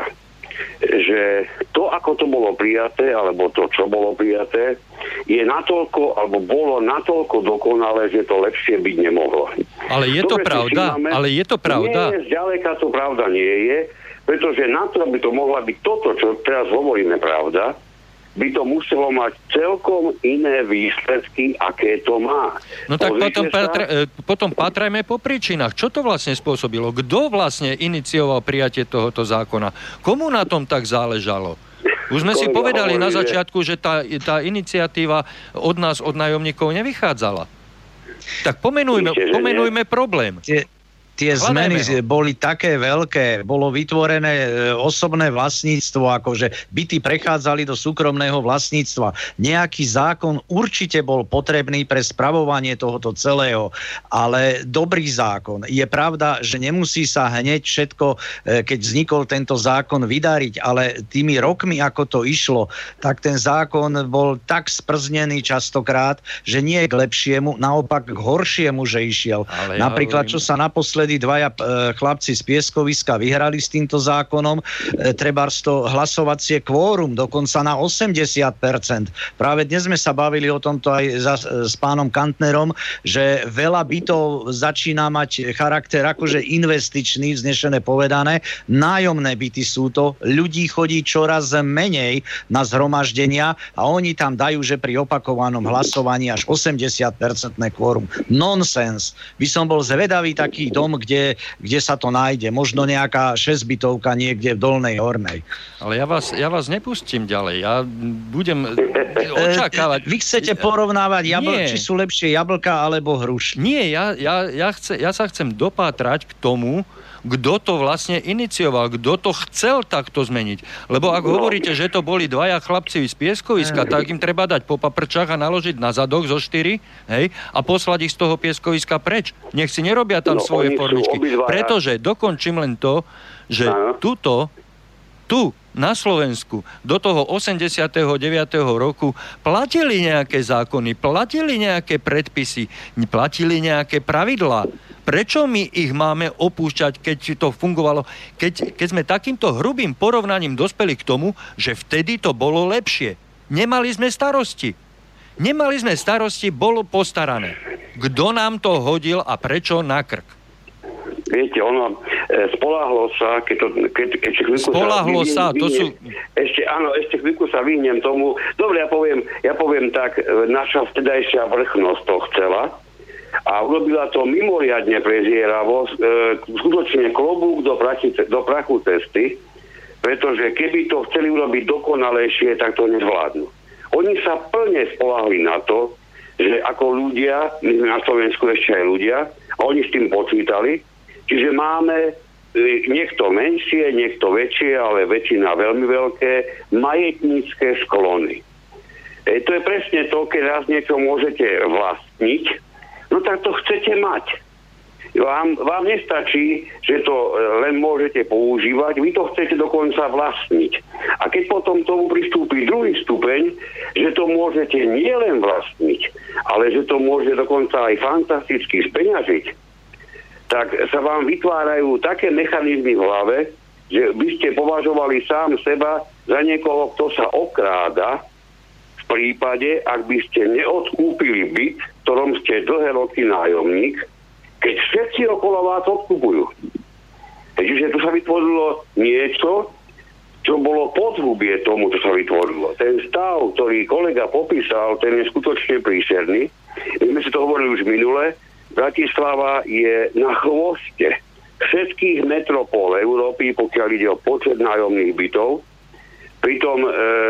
že to, ako to bolo prijaté, alebo to, čo bolo prijaté, je natoľko, alebo bolo natoľko dokonalé, že to lepšie byť nemohlo. Ale je to pravda? Nie, zďaleka to pravda nie je, pretože na to, aby to mohla byť toto, čo teraz hovoríme pravda, by to muselo mať celkom iné výsledky, aké to má. No tak potom patrajme po príčinách. Čo to vlastne spôsobilo? Kto vlastne inicioval prijatie tohoto zákona? Komu na tom tak záležalo? Už sme si povedali na začiatku, že tá iniciatíva od nás, od nájomníkov, nevychádzala. Tak pomenujme problém. Tie zmeny boli také veľké, bolo vytvorené osobné vlastníctvo, akože byty prechádzali do súkromného vlastníctva. Nejaký zákon určite bol potrebný pre spravovanie tohoto celého, ale dobrý zákon. Je pravda, že nemusí sa hneď všetko, keď vznikol tento zákon, vydariť, ale tými rokmi, ako to išlo, tak ten zákon bol tak sprznený častokrát, že nie k lepšiemu, naopak k horšiemu, že išiel. Napríklad, čo sa naposledy dvaja chlapci z Pieskoviska vyhrali s týmto zákonom, trebárs to hlasovacie kvórum, dokonca na 80%. Práve dnes sme sa bavili o tomto aj s pánom Kantnerom, že veľa bytov začína mať charakter akože investičný, vznešené povedané. Nájomné byty sú to, ľudí chodí čoraz menej na zhromaždenia a oni tam dajú, že pri opakovanom hlasovaní až 80% kvórum. Nonsens. By som bol zvedavý taký dom, kde sa to nájde. Možno nejaká 6-bytovka niekde v Dolnej Hornej. Ale ja vás nepustím ďalej. Ja budem očakávať. Vy chcete porovnávať či sú lepšie jablka alebo hrušky? Nie, ja sa chcem dopátrať k tomu, kto to vlastne inicioval, kto to chcel takto zmeniť. Lebo ak hovoríte, že to boli dvaja chlapci z Pieskoviska, tak im treba dať po paprčách a naložiť na zadok zo 4, hej, a poslať ich z toho Pieskoviska preč. Nech si nerobia tam svoje horličky. Pretože dokončím len to, že tu na Slovensku do toho 89. roku platili nejaké zákony, platili nejaké predpisy, platili nejaké pravidlá. Prečo my ich máme opúšťať, keď to fungovalo? Keď sme takýmto hrubým porovnaním dospeli k tomu, že vtedy to bolo lepšie. Nemali sme starosti. Bolo postarané. Kto nám to hodil a prečo na krk? Viete, ono spoľahlo sa, keď spoľahlo sa, to sú... Ešte chvíľku sa vyhnem tomu. Dobre, ja poviem tak, naša vtedajšia vrchnosť to chcela a urobila to mimoriadne prezieravo, skutočne klobúk do prachu cesty, pretože keby to chceli urobiť dokonalejšie, tak to nezvládnu. Oni sa plne spoľahli na to, že ako ľudia, my sme na Slovensku ešte aj ľudia, a oni s tým počítali, čiže máme niekto menšie, niekto väčšie, ale väčšina veľmi veľké, majetnícke sklony. To je presne to, keď raz niečo môžete vlastniť, no tak to chcete mať. Vám nestačí, že to len môžete používať, vy to chcete dokonca vlastniť. A keď potom tomu pristúpi druhý stupeň, že to môžete nielen vlastniť, ale že to môže dokonca aj fantasticky speňažiť, tak sa vám vytvárajú také mechanizmy v hlave, že by ste považovali sám seba za niekoho, kto sa okráda v prípade, ak by ste neodkúpili byt, v ktorom ste dlhé roky nájomník, keď všetci okolo vás odkupujú. Takže tu sa vytvorilo niečo, čo bolo podhubie tomu, čo sa vytvorilo. Ten stav, ktorý kolega popísal, ten je skutočne príšerný. My sme si to hovorili už minule. Bratislava je na chvoste všetkých metropol Európy, pokiaľ ide o počet nájomných bytov. Pritom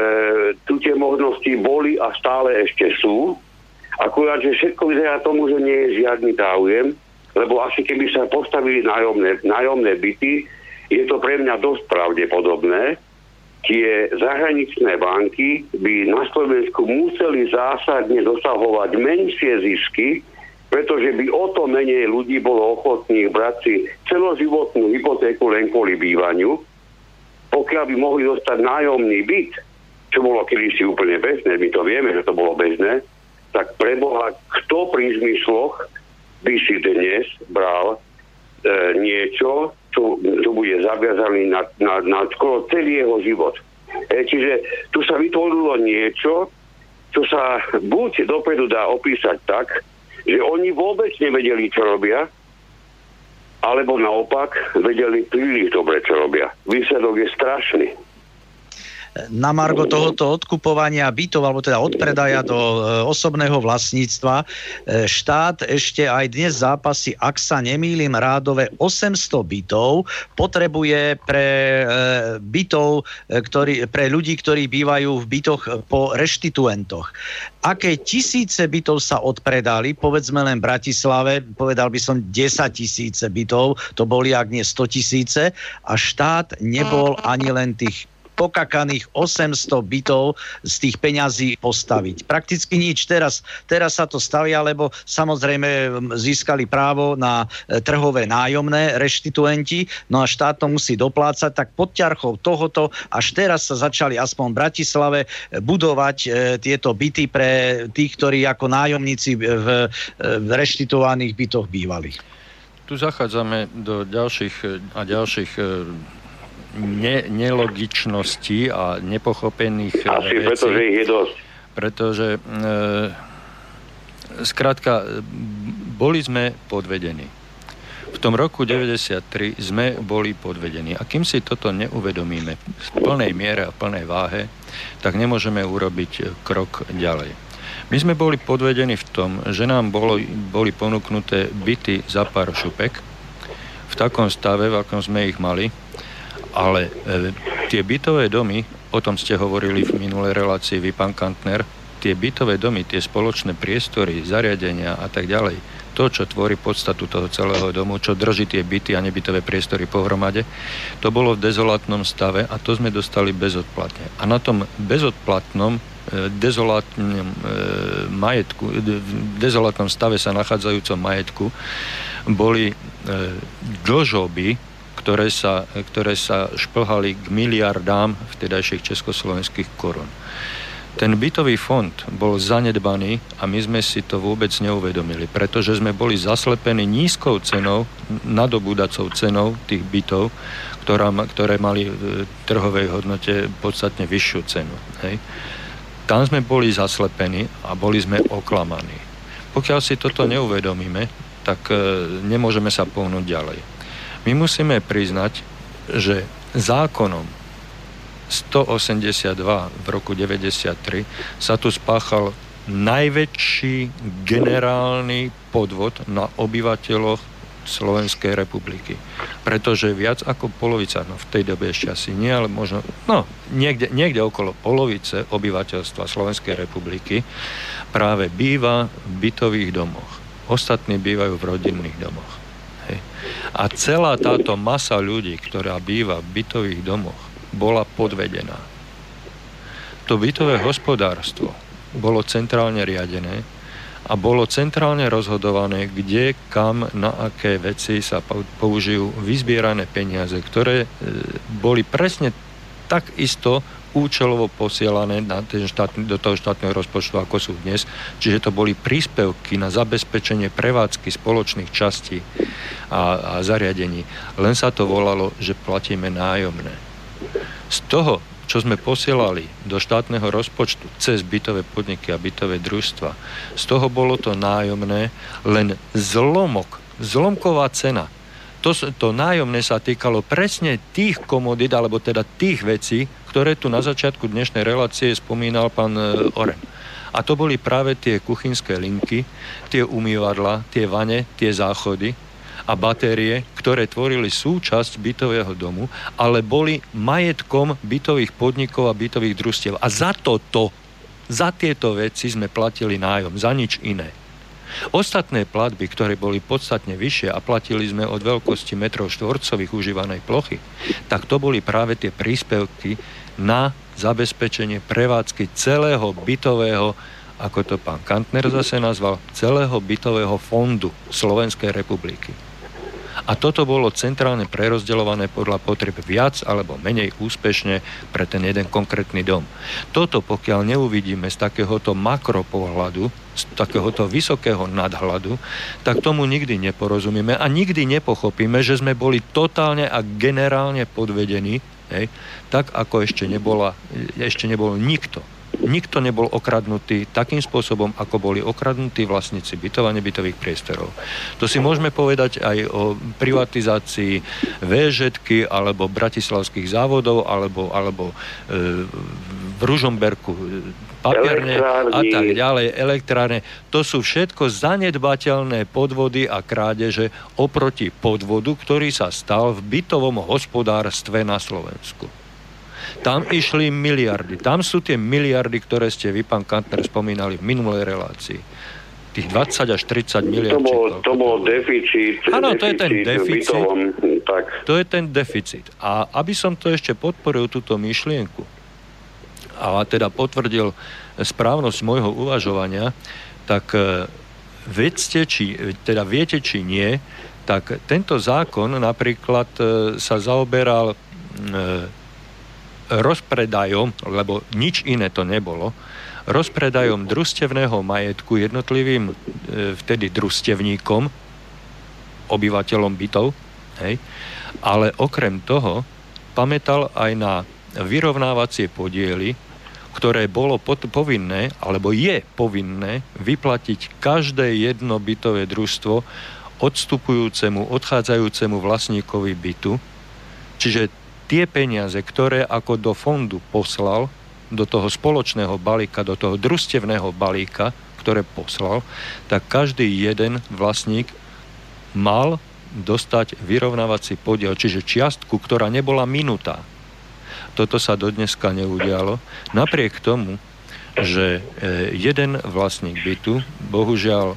tu tie možnosti boli a stále ešte sú. Akurát, že všetko vyzerá tomu, že nie je žiadny záujem, lebo asi keby sa postavili nájomné byty, je to pre mňa dosť pravdepodobné. Tie zahraničné banky by na Slovensku museli zásadne dosahovať menšie zisky, pretože by o to menej ľudí bolo ochotných brať si celoživotnú hypotéku len kvôli bývaniu. Pokiaľ by mohli dostať nájomný byt, čo bolo kedysi úplne bežné, my to vieme, že to bolo bežné, tak preboha, kto pri zmysloch by si dnes bral niečo, čo bude zaviazaný na skoro celý jeho život. Čiže tu sa vytvorilo niečo, čo sa buď dopredu dá opísať tak, že oni vôbec nevedeli, čo robia, alebo naopak vedeli príliš dobre, čo robia. Výsledok je strašný. Na margo tohoto odkupovania bytov, alebo teda odpredaja do osobného vlastníctva, štát ešte aj dnes zápasí, ak sa nemýlim, rádové 800 bytov potrebuje pre bytov, pre ľudí, ktorí bývajú v bytoch po reštituentoch. Aké tisíce bytov sa odpredali, povedzme len v Bratislave, povedal by som 10 000 bytov, to boli ak nie 100 000, a štát nebol ani len tých pokakaných 800 bytov z tých peňazí postaviť. Prakticky nič. Teraz sa to stavia, lebo samozrejme získali právo na trhové nájomné reštituenti, no a štát to musí doplácať, tak pod ťarchou tohoto až teraz sa začali aspoň v Bratislave budovať tieto byty pre tých, ktorí ako nájomníci v reštituovaných bytoch bývali. Tu zachádzame do ďalších nelogičností a nepochopených asi vecí. Pretože ich je dosť. Pretože skrátka boli sme podvedení. V tom roku 93 sme boli podvedení. A kým si toto neuvedomíme v plnej miere a plnej váhe, tak nemôžeme urobiť krok ďalej. My sme boli podvedení v tom, že nám boli ponúknuté byty za pár šupek v takom stave, v akom sme ich mali. Ale tie bytové domy, o tom ste hovorili v minulej relácii vy, pán Kantner, tie bytové domy, tie spoločné priestory, zariadenia a tak ďalej, to, čo tvorí podstatu toho celého domu, čo drží tie byty a nebytové priestory pohromade, to bolo v dezolátnom stave a to sme dostali bezodplatne. A na tom bezodplatnom dezolátnom stave sa nachádzajúcom majetku boli dlžoby, ktoré sa šplhali k miliardám vtedajších československých korún. Ten bytový fond bol zanedbaný a my sme si to vôbec neuvedomili, pretože sme boli zaslepení nízkou cenou, nadobúdacou cenou tých bytov, ktoré mali v trhovej hodnote podstatne vyššiu cenu. Hej. Tam sme boli zaslepení a boli sme oklamaní. Pokiaľ si toto neuvedomíme, tak nemôžeme sa pohnúť ďalej. My musíme priznať, že zákonom 182 v roku 93 sa tu spáchal najväčší generálny podvod na obyvateľoch Slovenskej republiky. Pretože viac ako polovica, v tej dobe ešte asi nie, ale možno, niekde okolo polovice obyvateľstva Slovenskej republiky práve býva v bytových domoch. Ostatní bývajú v rodinných domoch. Hej. A celá táto masa ľudí, ktorá býva v bytových domoch, bola podvedená. To bytové hospodárstvo bolo centrálne riadené a bolo centrálne rozhodované, kde, kam, na aké veci sa použijú vyzbierané peniaze, ktoré boli presne tak isto účelovo posielané do toho štátneho rozpočtu, ako sú dnes. Čiže to boli príspevky na zabezpečenie prevádzky spoločných častí a zariadení. Len sa to volalo, že platíme nájomné. Z toho, čo sme posielali do štátneho rozpočtu cez bytové podniky a bytové družstva, z toho bolo to nájomné len zlomková cena. To nájomné sa týkalo presne tých komodít, alebo teda tých vecí, ktoré tu na začiatku dnešnej relácie spomínal pán Orem. A to boli práve tie kuchynské linky, tie umývadlá, tie vane, tie záchody a batérie, ktoré tvorili súčasť bytového domu, ale boli majetkom bytových podnikov a bytových družstiev. A za tieto veci sme platili nájom, za nič iné. Ostatné platby, ktoré boli podstatne vyššie a platili sme od veľkosti metrov štvorcových užívanej plochy, tak to boli práve tie príspevky na zabezpečenie prevádzky celého bytového, ako to pán Kantner zase nazval, celého bytového fondu Slovenskej republiky. A toto bolo centrálne prerozdeľované podľa potreb viac alebo menej úspešne pre ten jeden konkrétny dom. Toto, pokiaľ neuvidíme z takéhoto makropohľadu, z takéhoto vysokého nadhľadu, tak tomu nikdy neporozumieme a nikdy nepochopíme, že sme boli totálne a generálne podvedení, tak ako ešte nebol nikto. Nikto nebol okradnutý takým spôsobom, ako boli okradnutí vlastníci bytov a nebytových priestorov. To si môžeme povedať aj o privatizácii VŽ-ky alebo bratislavských závodov alebo v Ružomberku papierne a tak ďalej, elektrárne. To sú všetko zanedbateľné podvody a krádeže oproti podvodu, ktorý sa stal v bytovom hospodárstve na Slovensku. Tam išli miliardy. Tam sú tie miliardy, ktoré ste vy, pán Kantner, spomínali v minulej relácii. Tých 20 až 30 miliard. To bol deficit. Áno, to je ten deficit. Bytovom, tak. To je ten deficit. A aby som to ešte podporil, túto myšlienku, a teda potvrdil správnosť môjho uvažovania, tak viete, či nie, tak tento zákon napríklad sa zaoberal rozpredajom, lebo nič iné to nebolo, rozpredajom družstevného majetku jednotlivým vtedy družstevníkom, obyvateľom bytov, hej, ale okrem toho pamätal aj na vyrovnávacie podiely, ktoré bolo povinné, alebo je povinné vyplatiť každé jedno bytové družstvo odstupujúcemu, odchádzajúcemu vlastníkovi bytu. Čiže tie peniaze, ktoré ako do fondu poslal, do toho spoločného balíka, do toho družstevného balíka, ktoré poslal, tak každý jeden vlastník mal dostať vyrovnávací podiel, čiže čiastku, ktorá nebola minutá. Toto sa dodneska neudialo. Napriek tomu, že jeden vlastník bytu, bohužiaľ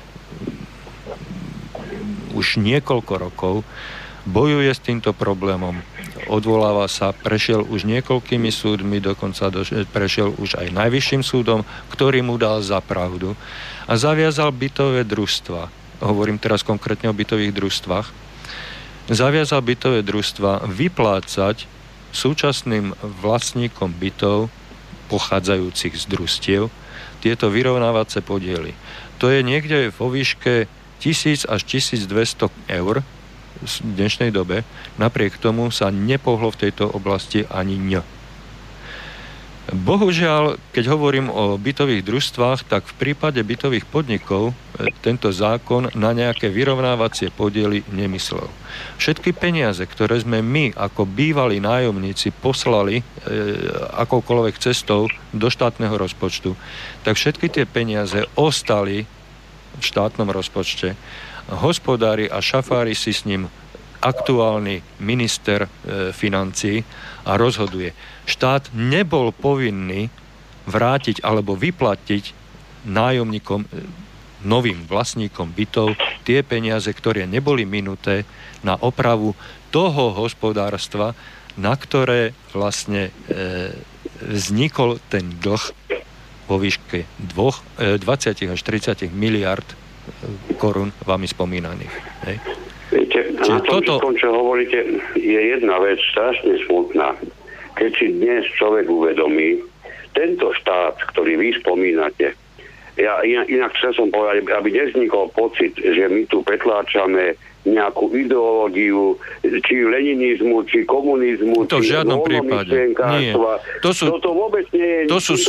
už niekoľko rokov, bojuje s týmto problémom. odvoláva sa, prešiel už niekoľkými súdmi, dokonca prešiel už aj najvyšším súdom, ktorý mu dal za pravdu a zaviazal bytové družstva. Hovorím teraz konkrétne o bytových družstvách. Zaviazal bytové družstva vyplácať súčasným vlastníkom bytov pochádzajúcich z družstiev tieto vyrovnávacie podiely. To je niekde vo výške 1000 až 1200 eur v dnešnej dobe. Napriek tomu sa nepohlo v tejto oblasti ani ň. Bohužiaľ, keď hovorím o bytových družstvách, tak v prípade bytových podnikov tento zákon na nejaké vyrovnávacie podiely nemyslel. Všetky peniaze, ktoré sme my ako bývalí nájomníci poslali akoukoľvek cestou do štátneho rozpočtu, tak všetky tie peniaze ostali v štátnom rozpočte. Hospodári a šafári si s ním aktuálny minister financií a rozhoduje. Štát nebol povinný vrátiť alebo vyplatiť nájomníkom, novým vlastníkom bytov tie peniaze, ktoré neboli minuté na opravu toho hospodárstva, na ktoré vlastne vznikol ten dlh vo výške 20 až 30 miliard korún vami spomínaných. Hej. Viete, na tom všetkom, čo hovoríte, je jedna vec strašne smutná. Keď si dnes človek uvedomí, tento štát, ktorý vy spomínate, ja inak chcel som povedať, aby nevznikol pocit, že my tu petláčame nejakú ideológiu, či leninizmu, či komunizmu, to v žiadnom prípade. Nie. To vôbec nie je, to sú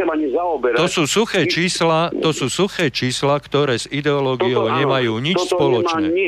suché čísla, ktoré s ideológiou nemajú nič spoločné.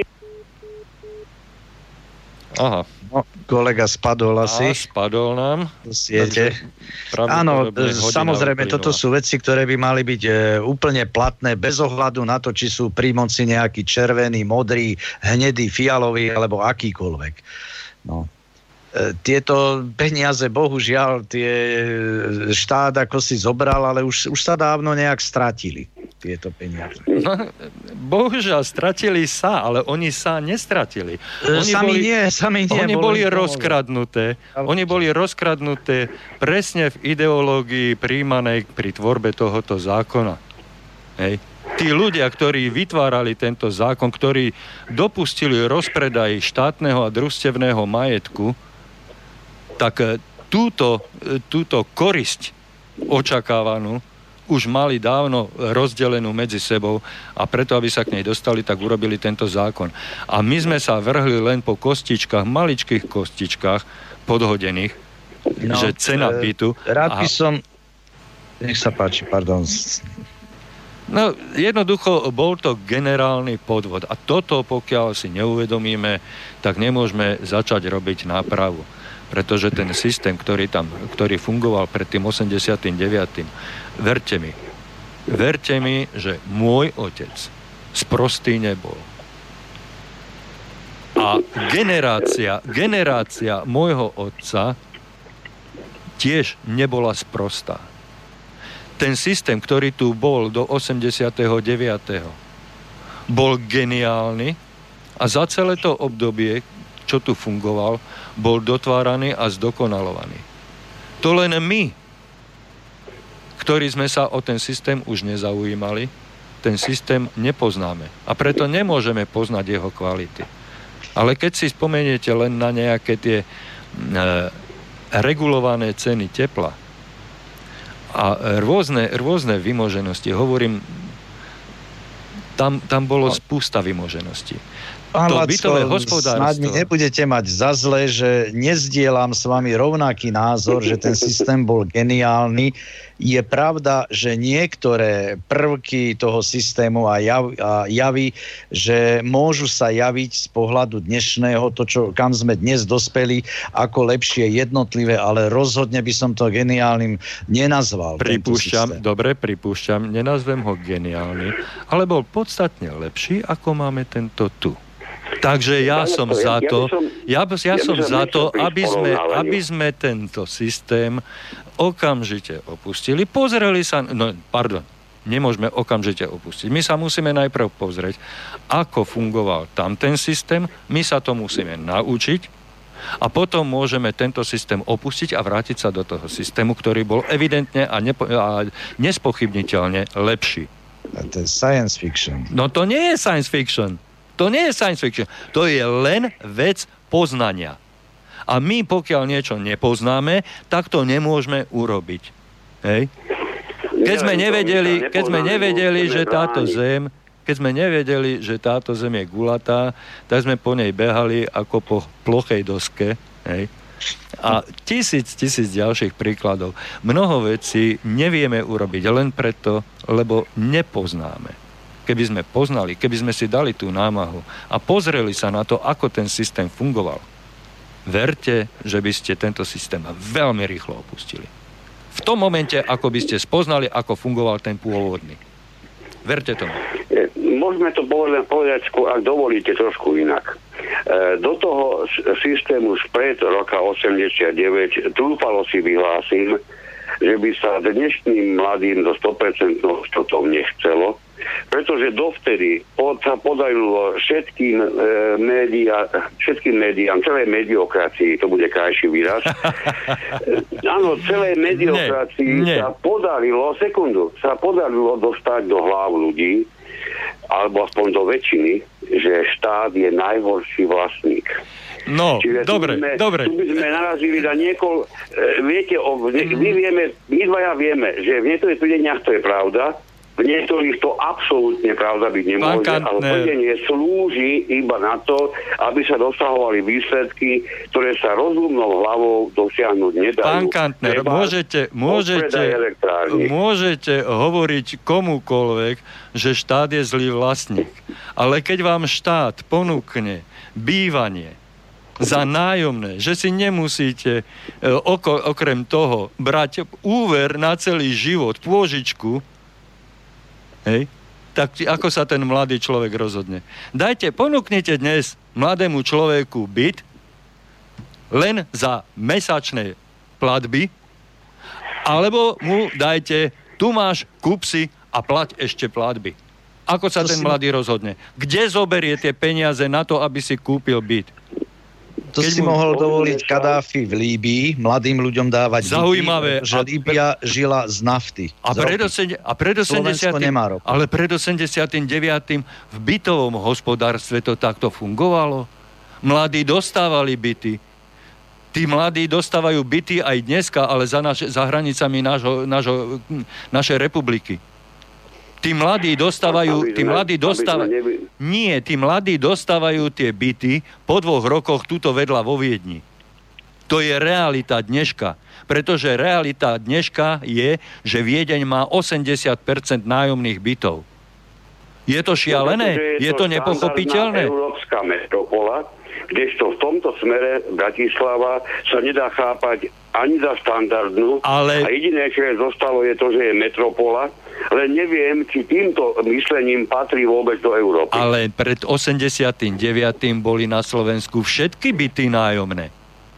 Aha. No, kolega spadol asi. Spadol nám. Siete. Áno, samozrejme, toto sú veci, ktoré by mali byť úplne platné, bez ohľadu na to, či sú pri moci nejaký červený, modrý, hnedý, fialový, alebo akýkoľvek. No. Tieto peniaze, bohužiaľ, tie štát ako si zobral, ale už sa dávno nejak stratili, tieto peniaze. No, bohužiaľ, stratili sa, ale oni sa nestratili. Oni boli rozkradnuté. Oni boli rozkradnuté presne v ideológii príjmanej pri tvorbe tohoto zákona. Hej. Tí ľudia, ktorí vytvárali tento zákon, ktorí dopustili rozpredaj štátneho a družstevného majetku, tak túto korisť očakávanú už mali dávno rozdelenú medzi sebou a preto, aby sa k nej dostali, tak urobili tento zákon. A my sme sa vrhli len po kostičkách, maličkých kostičkách podhodených, že cena bytu... Rád by som... Nech sa páči, pardon. No, jednoducho bol to generálny podvod. A toto, pokiaľ si neuvedomíme, tak nemôžeme začať robiť nápravu. Pretože ten systém, ktorý fungoval pred tým 89. Verte mi, že môj otec sprostý nebol. A generácia môjho otca tiež nebola sprostá. Ten systém, ktorý tu bol do 89. bol geniálny a za celé to obdobie, čo tu fungoval, bol dotváraný a zdokonalovaný. To len my, ktorí sme sa o ten systém už nezaujímali, ten systém nepoznáme. A preto nemôžeme poznať jeho kvality. Ale keď si spomeniete len na nejaké tie regulované ceny tepla a rôzne vymoženosti, hovorím, tam bolo spústa vymožeností. Pán Lacko, snáď mi nebudete mať za zle, že nezdielam s vami rovnaký názor, že ten systém bol geniálny. Je pravda, že niektoré prvky toho systému a javy, že môžu sa javiť z pohľadu dnešného, kam sme dnes dospeli, ako lepšie jednotlivé, ale rozhodne by som to geniálnym nenazval. Pripúšťam, nenazvem ho geniálny, ale bol podstatne lepší, ako máme tento tu. Takže ja som za to, aby sme tento systém okamžite opustili. Nemôžeme okamžite opustiť. My sa musíme najprv pozrieť, ako fungoval tam ten systém, my sa to musíme naučiť A potom môžeme tento systém opustiť a vrátiť sa do toho systému, ktorý bol evidentne a nespochybniteľne lepší. A to je science fiction. No to nie je science fiction. To nie je science fiction. To je len vec poznania. A my, pokiaľ niečo nepoznáme, tak to nemôžeme urobiť. Hej? Keď sme nevedeli, že táto Zem je gulatá, tak sme po nej behali ako po plochej doske. Hej? A tisíc ďalších príkladov. Mnoho vecí nevieme urobiť len preto, lebo nepoznáme. Keby sme poznali, keby sme si dali tú námahu a pozreli sa na to, ako ten systém fungoval, verte, že by ste tento systém veľmi rýchlo opustili. V tom momente, ako by ste spoznali, ako fungoval ten pôvodný. Verte tomu. Môžeme to povedať, ak dovolíte, trošku inak. Do toho systému spred roka 89 trúfalo si vyhlásim, že by sa dnešným mladým do 100% to nechcelo, pretože dovtedy sa podarilo všetkým médiám, celej mediokracii, to bude krajší výraz, áno, celej mediokracii sa podarilo dostať do hlav ľudí, alebo aspoň do väčšiny, že štát je najhorší vlastník. No, čiže dobre. Tu by sme narazili na viete, my dvaja vieme, že v niektorých tvrdeniach to je pravda, v niektorých to absolútne pravda byť nemôže, ale tvrdenie slúži iba na to, aby sa dosahovali výsledky, ktoré sa rozumnou hlavou dosiahnuť nedajú. Pán Kantner, môžete hovoriť komukoľvek, že štát je zlý vlastník. Ale keď vám štát ponúkne bývanie za nájomné, že si nemusíte okrem toho brať úver na celý život, pôžičku, hej, tak ako sa ten mladý človek rozhodne? Ponúknite dnes mladému človeku byt len za mesačné platby, alebo mu dajte, tu máš, kúp si a plať ešte platby. Ako sa ten mladý rozhodne? Kde zoberie tie peniaze na to, aby si kúpil byt? To si mohol dovoliť Kadáfi v Líbii mladým ľuďom dávať zaujímavé, že Líbia žila z nafty. Ale pred 89. v bytovom hospodárstve to takto fungovalo. Mladí dostávali byty. Tí mladí dostávajú byty aj dneska, ale za hranicami našej republiky. Tí mladí dostávajú tie byty po 2 rokoch tuto vedľa vo Viedni. To je realita dneška. Pretože realita dneška je, že Viedeň má 80% nájomných bytov. Je to šialené? Je to nepochopiteľné? Európska metropola, kdežto v tomto smere Bratislava sa nedá chápať ani za štandardnú. A jediné, čo je zostalo, je to, že je metropola. Len neviem, či týmto myslením patrí vôbec do Európy. Ale pred 89. boli na Slovensku všetky byty nájomné.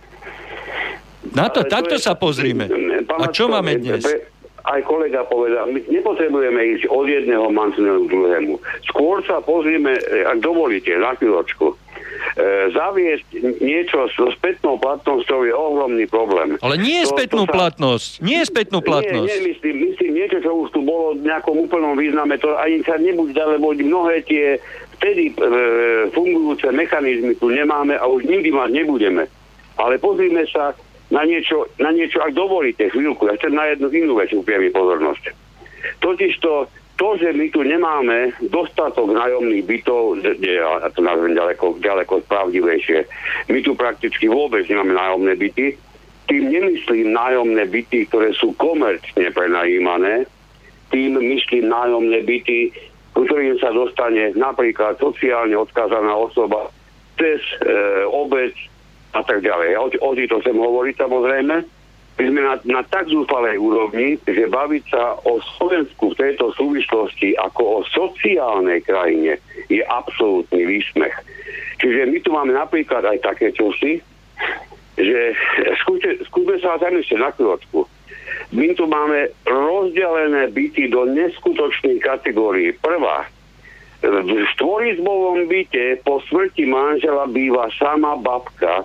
Na to, takto sa pozrime. A čo máme dnes? Aj kolega povedal, my nepotrebujeme ísť od jedného mantinelu k druhému. Skôr sa pozrime, ak dovolíte, na chvíľočku. Zaviesť niečo so spätnou platnosťou je ohromný problém. Ale nie je spätnú platnosť. Nie, myslím niečo, čo už tu bolo v nejakom úplnom význame, to ani sa nebude, lebo mnohé tie vtedy fungujúce mechanizmy tu nemáme a už nikdy mať nebudeme. Ale pozrime sa na niečo, ak dovolíte chvíľku, ja chcem na jednu inú vec upriamiť pozornosť. Totižto to, že my tu nemáme dostatok nájomných bytov, ja to nazvem ďaleko pravdivejšie, my tu prakticky vôbec nemáme nájomné byty, tým nemyslím nájomné byty, ktoré sú komerčne prenajímané, tým myslím nájomné byty, ktorým sa dostane napríklad sociálne odkázaná osoba cez obec a tak ďalej. O to chcem hovoriť samozrejme. My sme na tak zúfalej úrovni, že baviť sa o Slovensku v tejto súvislosti ako o sociálnej krajine je absolútny výsmech. Čiže my tu máme napríklad aj také čosi, že skúsme sa zamyslieť na chvíľočku. My tu máme rozdelené byty do neskutočných kategórií. Prvá, v štvorizbovom byte po smrti manžela býva sama babka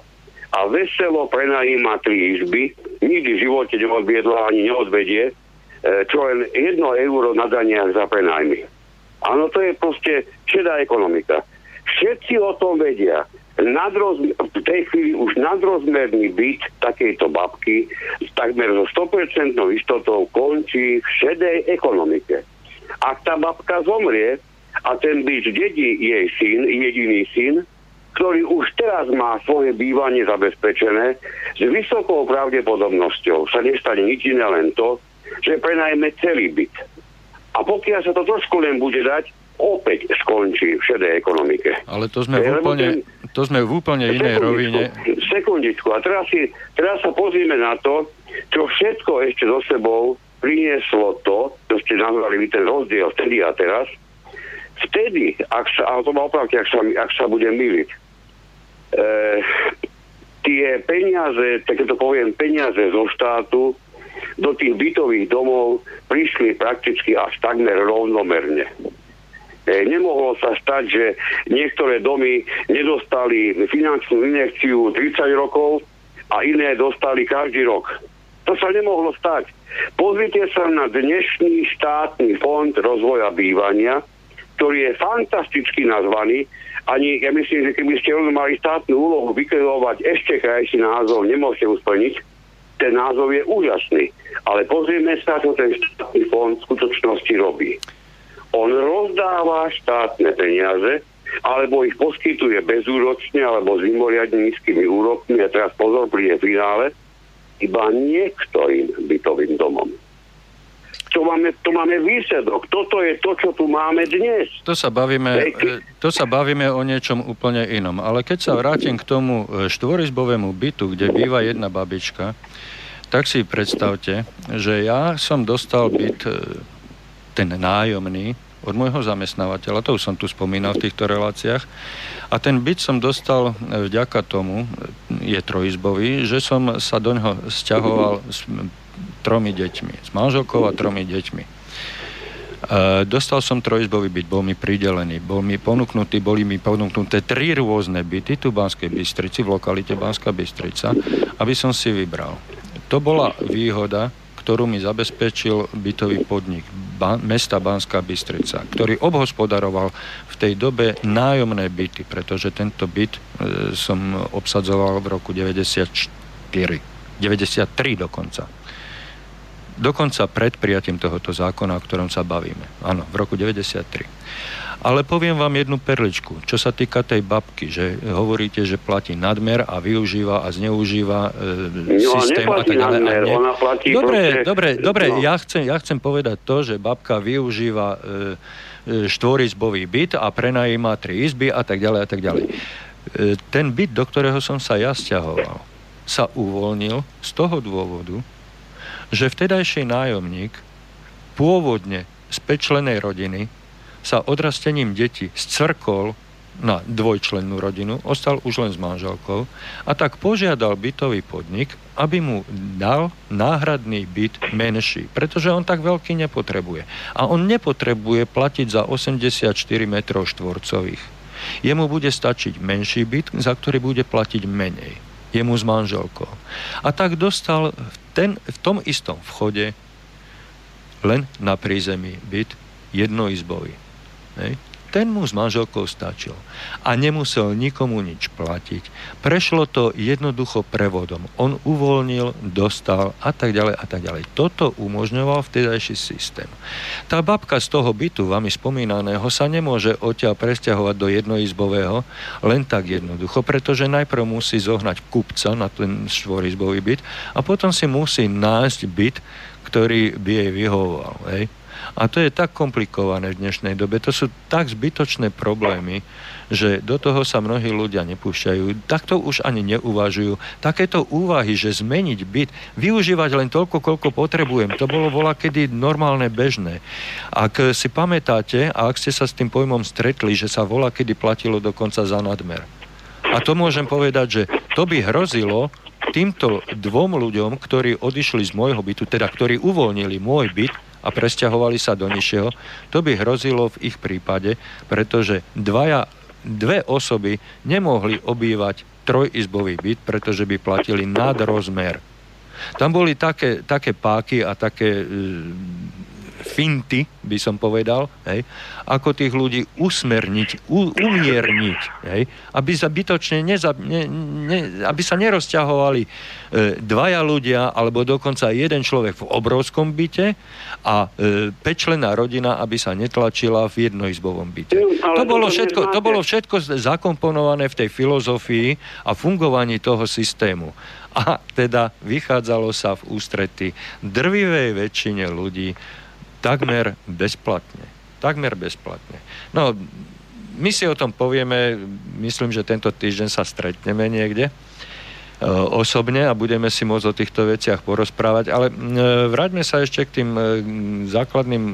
a veselo prenajíma 3 izby, nikdy v živote neodviedla ani neodvedie, čo len 1 euro na daniach za prenajmy. Áno, to je proste šedá ekonomika. Všetci o tom vedia. V tej chvíli už nadrozmerný byt takejto babky takmer so 100% istotou končí v šedej ekonomike. Ak tá babka zomrie a ten byt dedí jej syn, jediný syn, ktorý už teraz má svoje bývanie zabezpečené, s vysokou pravdepodobnosťou sa nestane nič iné, len to, že prenajme celý byt. A pokiaľ sa to trošku len bude dať, opäť skončí v šedej ekonomike. Ale to sme v úplne inej rovine. Sekundičku. A teraz sa pozrieme na to, čo všetko ešte so sebou prinieslo to, čo ste nazvali ten rozdiel vtedy a teraz. Vtedy, ale to ma opravte, ak sa budem myliť, tie peniaze, tak to poviem, peniaze zo štátu do tých bytových domov prišli prakticky až takmer rovnomerne. Nemohlo sa stať, že niektoré domy nedostali finančnú injekciu 30 rokov a iné dostali každý rok. To sa nemohlo stať. Pozrite sa na dnešný štátny fond rozvoja bývania, ktorý je fantasticky nazvaný. Ani, ja myslím, že keby ste mali štátnu úlohu vykreovať ešte krajší názov, nemôžete usplniť. Ten názov je úžasný. Ale pozrieme sa, čo ten štátny fond v skutočnosti robí. On rozdáva štátne peniaze, alebo ich poskytuje bezúročne, alebo s mimoriadne nízkymi úrokmi, a teraz pozor, príde finále, iba niektorým bytovým domom. To máme výsledok. Toto je to, čo tu máme dnes. To sa bavíme o niečom úplne inom. Ale keď sa vrátim k tomu štvorizbovému bytu, kde býva jedna babička, tak si predstavte, že ja som dostal byt ten nájomný od môjho zamestnávateľa, to už som tu spomínal v týchto reláciách, a ten byt som dostal vďaka tomu, je trojizbový, že som sa do ňoho sťahoval s 3 deťmi, s manželkou a 3 deťmi. Dostal som trojizbový byt, bol mi pridelený, boli mi ponúknuté 3 rôzne byty tu v Banskej Bystrici, v lokalite Banská Bystrica, aby som si vybral. To bola výhoda, ktorú mi zabezpečil bytový podnik mesta Banská Bystrica, ktorý obhospodaroval v tej dobe nájomné byty, pretože tento byt som obsadzoval v roku 93 dokonca. Dokonca pred prijatím tohoto zákona, o ktorom sa bavíme. Áno, v roku 93. Ale poviem vám jednu perličku, čo sa týka tej babky, že hovoríte, že platí nadmer a využíva a zneužíva systém a tak ďalej. Dobre, no. ja chcem povedať to, že babka využíva štvorizbový byt a prenajíma 3 izby a tak ďalej a tak ďalej. Ten byt, do ktorého som sa ja sťahoval, sa uvoľnil z toho dôvodu, že vtedajší nájomník pôvodne z 5-člennej rodiny sa odrastením detí scvrkol na 2-člennú rodinu, ostal už len s manželkou a tak požiadal bytový podnik, aby mu dal náhradný byt menší, pretože on tak veľký nepotrebuje. A on nepotrebuje platiť za 84 metrov štvorcových. Jemu bude stačiť menší byt, za ktorý bude platiť menej. Jemu s manželkou. A tak dostal v tom istom vchode len na prízemí byt jednoizbový. Ten mu s manželkou stačil. A nemusel nikomu nič platiť. Prešlo to jednoducho prevodom. On uvoľnil, dostal a tak ďalej a tak ďalej. Toto umožňoval vtedajší systém. Tá babka z toho bytu, vami spomínaného, sa nemôže odtiaľ presťahovať do jednoizbového len tak jednoducho, pretože najprv musí zohnať kupca na ten štvorizbový byt a potom si musí nájsť byt, ktorý by jej vyhovoval. A to je tak komplikované v dnešnej dobe. To sú tak zbytočné problémy, že do toho sa mnohí ľudia nepúšťajú. Takto už ani neuvažujú. Takéto úvahy, že zmeniť byt, využívať len toľko, koľko potrebujem, to bolo voľakedy normálne, bežné. Ak si pamätáte a ak ste sa s tým pojmom stretli, že sa voľakedy platilo dokonca za nadmer. A to môžem povedať, že to by hrozilo týmto 2 ľuďom, ktorí odišli z môjho bytu, teda ktorí uvoľnili môj byt a presťahovali sa do nižšieho, to by hrozilo v ich prípade, pretože 2 osoby nemohli obývať trojizbový byt, pretože by platili nad rozmer. Tam boli také páky a také finty, by som povedal, hej, ako tých ľudí usmerniť, umierniť, hej, aby sa bytočne aby sa nerozťahovali dvaja ľudia, alebo dokonca jeden človek v obrovskom byte a 5-členná rodina, aby sa netlačila v jednoizbovom byte. To bolo všetko zakomponované v tej filozofii a fungovaní toho systému. A teda vychádzalo sa v ústrety drvivej väčšine ľudí takmer bezplatne. No, my si o tom povieme, myslím, že tento týždeň sa stretneme niekde osobne a budeme si môcť o týchto veciach porozprávať, ale vráťme sa ešte k tým základným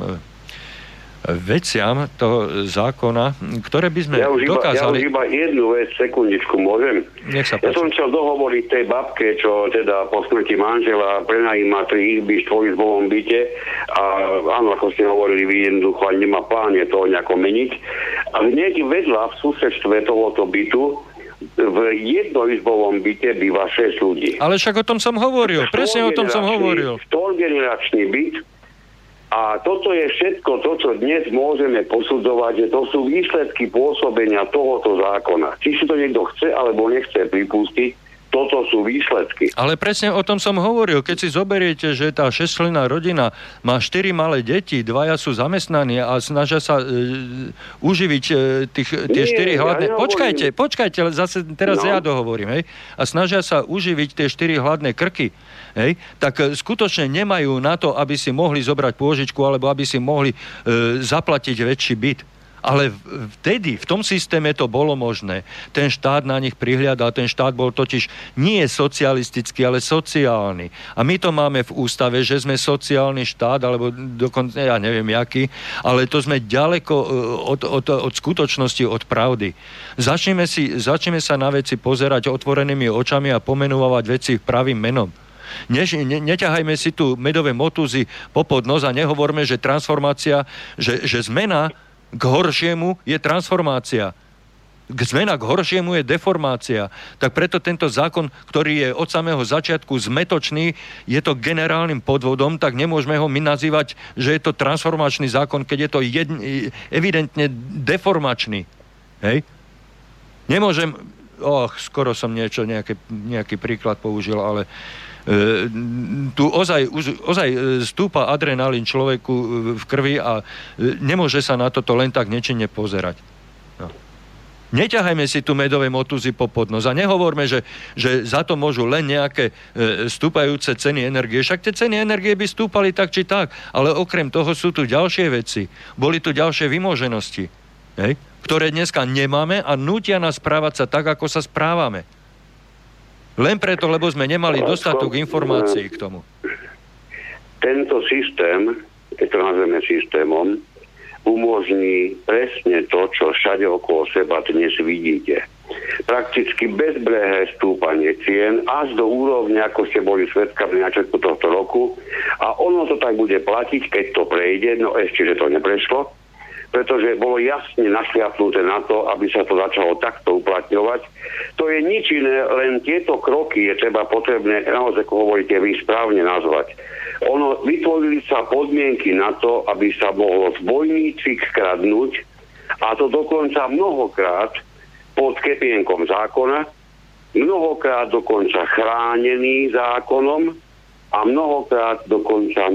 veciam toho zákona, ktoré by sme dokázali... Ja už iba jednu vec, sekundičku, môžem? Nech sa páči. Ja som chcel dohovoriť tej babke, čo teda po smrti manžela prenajíma 3 izby v trojizbovom byte a áno, ako ste hovorili, vy jednoducho ani nemá pláne toho nejako meniť. A hneď vedľa v susedstve tohoto bytu v jednoizbovom byte býva 6 ľudí. Ale však o tom som hovoril, presne o tom som hovoril. 4-generačný byt. A toto je všetko, to, čo dnes môžeme posudzovať, že to sú výsledky pôsobenia tohoto zákona. Či si to niekto chce, alebo nechce pripustiť, toto sú výsledky. Ale presne o tom som hovoril. Keď si zoberiete, že tá 6-členná rodina má 4 malé deti, 2 sú zamestnaní a snažia sa uživiť tie 4 hladné... Ja počkajte, zase teraz ja dohovorím, hej? A snažia sa uživiť tie 4 hladné krky, hej? Tak skutočne nemajú na to, aby si mohli zobrať pôžičku alebo aby si mohli zaplatiť väčší byt. Ale vtedy, v tom systéme to bolo možné. Ten štát na nich prihliadal, ten štát bol totiž nie socialistický, ale sociálny. A my to máme v ústave, že sme sociálny štát, alebo dokonca, ja neviem jaký, ale to sme ďaleko od skutočnosti, od pravdy. Začneme sa na veci pozerať otvorenými očami a pomenovať veci pravým menom. Neťahajme si tu medové motúzy popod nos a nehovorme, že transformácia, že zmena k horšiemu je transformácia. Zmena k horšiemu je deformácia. Tak preto tento zákon, ktorý je od samého začiatku zmetočný, je to generálnym podvodom, tak nemôžeme ho my nazývať, že je to transformačný zákon, keď je to evidentne deformačný. Hej? Nemôžem... skoro som nejaký príklad použil, ale tu ozaj stúpa adrenalín človeku v krvi a nemôže sa na toto len tak nečinne pozerať. No. Neťahajme si tu medové motúzy po podnos a nehovorme, že za to môžu len nejaké stúpajúce ceny energie. Však tie ceny energie by stúpali tak či tak, ale okrem toho sú tu ďalšie veci. Boli tu ďalšie vymoženosti, ktoré dneska nemáme a nútia nás správať sa tak, ako sa správame. Len preto, lebo sme nemali dostatok informácií k tomu. Tento systém, keď to nazveme systémom, umožní presne to, čo všade okolo seba dnes vidíte. Prakticky bezbrehé stúpanie cien až do úrovne, ako ste boli svedkami na začiatku tohto roku. A ono to tak bude platiť, keď to prejde, no ešte, že to neprešlo, pretože bolo jasne našliapnuté na to, aby sa to začalo takto uplatňovať. To je nič iné, len tieto kroky je treba potrebné, naozaj, ako hovoríte, vy správne nazvať. Vytvorili sa podmienky na to, aby sa mohlo zbojníci kradnúť, a to dokonca mnohokrát pod kepienkom zákona, mnohokrát dokonca chránený zákonom a mnohokrát dokonca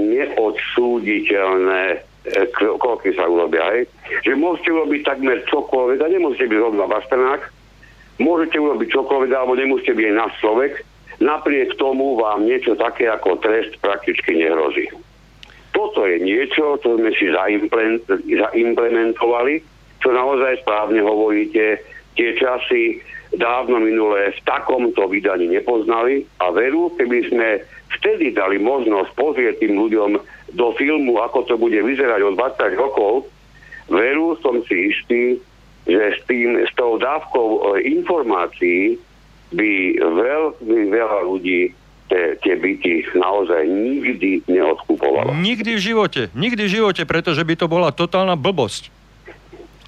neodsúditeľné kroky sa urobia, hej. Že môžete urobiť takmer čokoľvek, a nemusíte byť rovná Bašternák, môžete urobiť čokoľvek, alebo nemusíte byť aj náš človek, napriek tomu vám niečo také ako trest prakticky nehrozí. Toto je niečo, čo sme si zaimplementovali, čo naozaj správne hovoríte, tie časy dávno minulé v takomto vydaní nepoznali a veru, keby sme vtedy dali možnosť pozrieť tým ľuďom do filmu, ako to bude vyzerať o 20 rokov, veru som si istý, že s tou dávkou informácií by veľmi veľa ľudí tie byty naozaj nikdy neodkupovalo. Nikdy v živote, pretože by to bola totálna blbosť.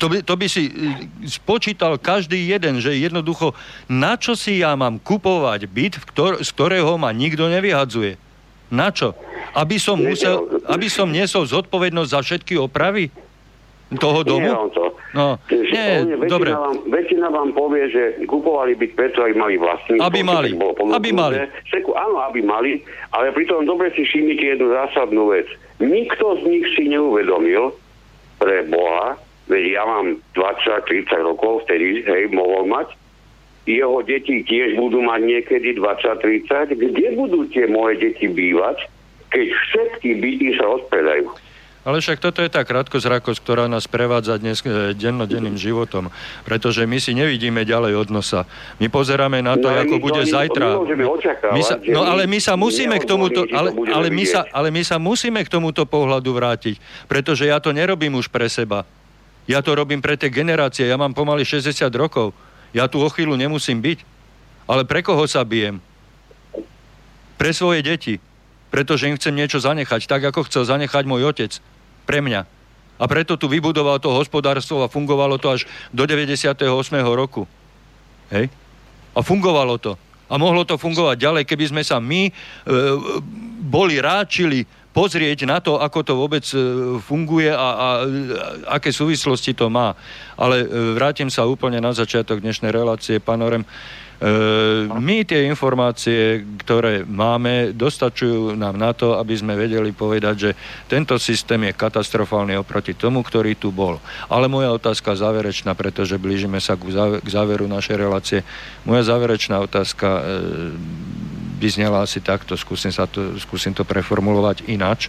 To by si spočítal každý jeden, že jednoducho, na čo si ja mám kupovať byt, z ktorého ma nikto nevyhadzuje? Na čo? Aby som niesol zodpovednosť za všetky opravy toho domu? No, dobre. Väčšina vám povie, že kupovali byt preto, aby mali vlastníkov. Aby mali. Áno, aby mali, ale pritom dobre si všimnite jednu zásadnú vec. Nikto z nich si neuvedomil, pre Boha, veď ja mám 20-30 rokov, vtedy, mohol mať, jeho deti tiež budú mať niekedy 20-30. Kde budú tie moje deti bývať, keď všetky byty sa rozpredajú? Ale však toto je tá krátkozrakosť, ktorá nás prevádza dnes dennodenným životom. Pretože my si nevidíme ďalej od nosa. My pozeráme na to, ako bude zajtra. Ale my sa musíme k tomuto, ale my sa musíme k tomuto pohľadu vrátiť. Pretože ja to nerobím už pre seba. Ja to robím pre tie generácie. Ja mám pomaly 60 rokov. Ja tu o chvíľu nemusím byť. Ale pre koho sa bijem? Pre svoje deti. Pretože im chcem niečo zanechať, tak ako chcel zanechať môj otec. Pre mňa. A preto tu vybudoval to hospodárstvo a fungovalo to až do 98. roku. Hej? A fungovalo to. A mohlo to fungovať ďalej, keby sme sa my boli ráčili pozrieť na to, ako to vôbec funguje a aké súvislosti to má. Ale vrátim sa úplne na začiatok dnešnej relácie, pán Orem. My tie informácie, ktoré máme, dostačujú nám na to, aby sme vedeli povedať, že tento systém je katastrofálny oproti tomu, ktorý tu bol. Ale moja otázka záverečná, pretože blížime sa k záveru našej relácie. Moja záverečná otázka by znela asi takto, skúsim to preformulovať ináč.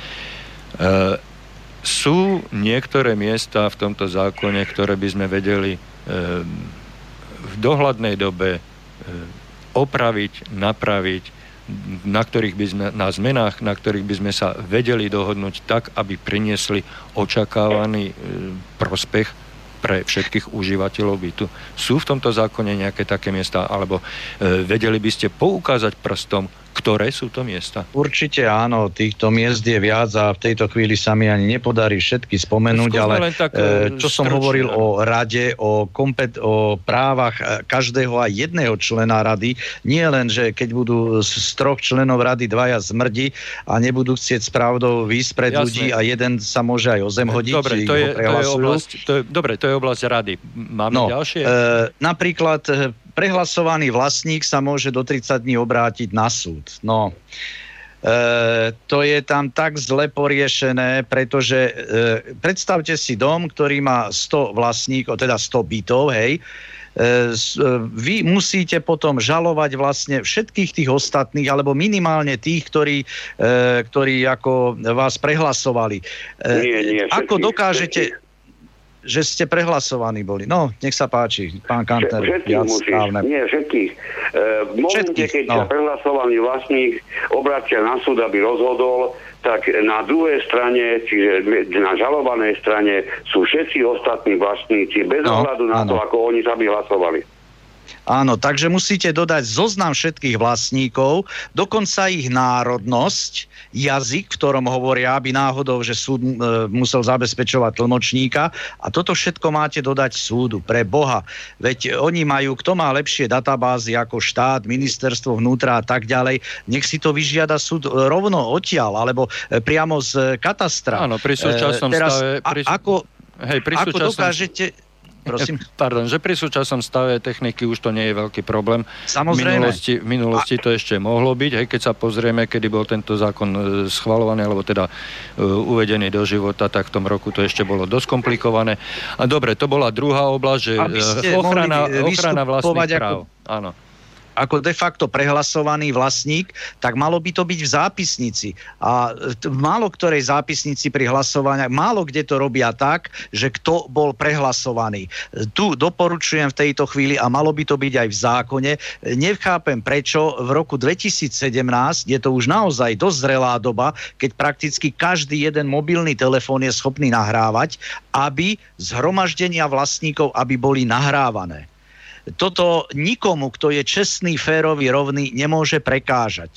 Sú niektoré miesta v tomto zákone, ktoré by sme vedeli v dohľadnej dobe opraviť, napraviť, na zmenách, na ktorých by sme sa vedeli dohodnúť tak, aby priniesli očakávaný prospech pre všetkých užívateľov bytu. Sú v tomto zákone nejaké také miesta, alebo vedeli by ste poukázať prstom, ktoré sú to miesta? Určite áno, týchto miest je viac a v tejto chvíli sa mi ani nepodarí všetky spomenúť, ale čo som hovoril o rade, o právach každého aj jedného člena rady, nie len, že keď budú z 3 členov rady 2 zmrdi a nebudú chcieť s pravdou výjsť pred ľudí a jeden sa môže aj o zem hodiť. Dobre, to je oblasť rady. Máme ďalšie? Napríklad prehlasovaný vlastník sa môže do 30 dní obrátiť na súd. To je tam tak zle poriešené, pretože predstavte si dom, ktorý má 100 vlastníkov, teda 100 bytov, hej. Vy musíte potom žalovať vlastne všetkých tých ostatných, alebo minimálne tých, ktorí ako vás prehlasovali. Nie, ako dokážete... že ste prehlasovaní boli. No, nech sa páči, pán Kantner. Všetkých. V momente, keď sa prehlasovaný vlastník obracia na súd, aby rozhodol, tak na druhej strane, čiže na žalovanej strane sú všetci ostatní vlastníci, bez ohľadu na to, ako oni sa vyhlasovali. Áno, takže musíte dodať zoznam všetkých vlastníkov, dokonca ich národnosť, jazyk, v ktorom hovoria, aby náhodou, že súd musel zabezpečovať tlmočníka, a toto všetko máte dodať súdu, pre Boha. Veď oni majú, kto má lepšie databázy ako štát, ministerstvo vnútra a tak ďalej, nech si to vyžiada súd rovno odtiaľ, alebo priamo z katastra. Áno, pri súčasnom stave... Ako dokážete... Prosím. Pardon, že pri súčasnom stave techniky už to nie je veľký problém. Samozrejme. V minulosti to ešte mohlo byť, hej, keď sa pozrieme, kedy bol tento zákon schvaľovaný, alebo teda uvedený do života, tak v tom roku to ešte bolo dosť komplikované. A dobre, to bola druhá oblasť, že ochrana vlastných práv. Áno. Ako de facto prehlasovaný vlastník, tak malo by to byť v zápisnici. A v málo ktorej zápisnici pri hlasovaní, málo kde to robia tak, že kto bol prehlasovaný. Tu doporučujem v tejto chvíli, a malo by to byť aj v zákone, nechápem prečo v roku 2017, je to už naozaj dosť zrelá doba, keď prakticky každý jeden mobilný telefón je schopný nahrávať, aby zhromaždenia vlastníkov, aby boli nahrávané. Toto nikomu, kto je čestný, férový, rovný, nemôže prekážať.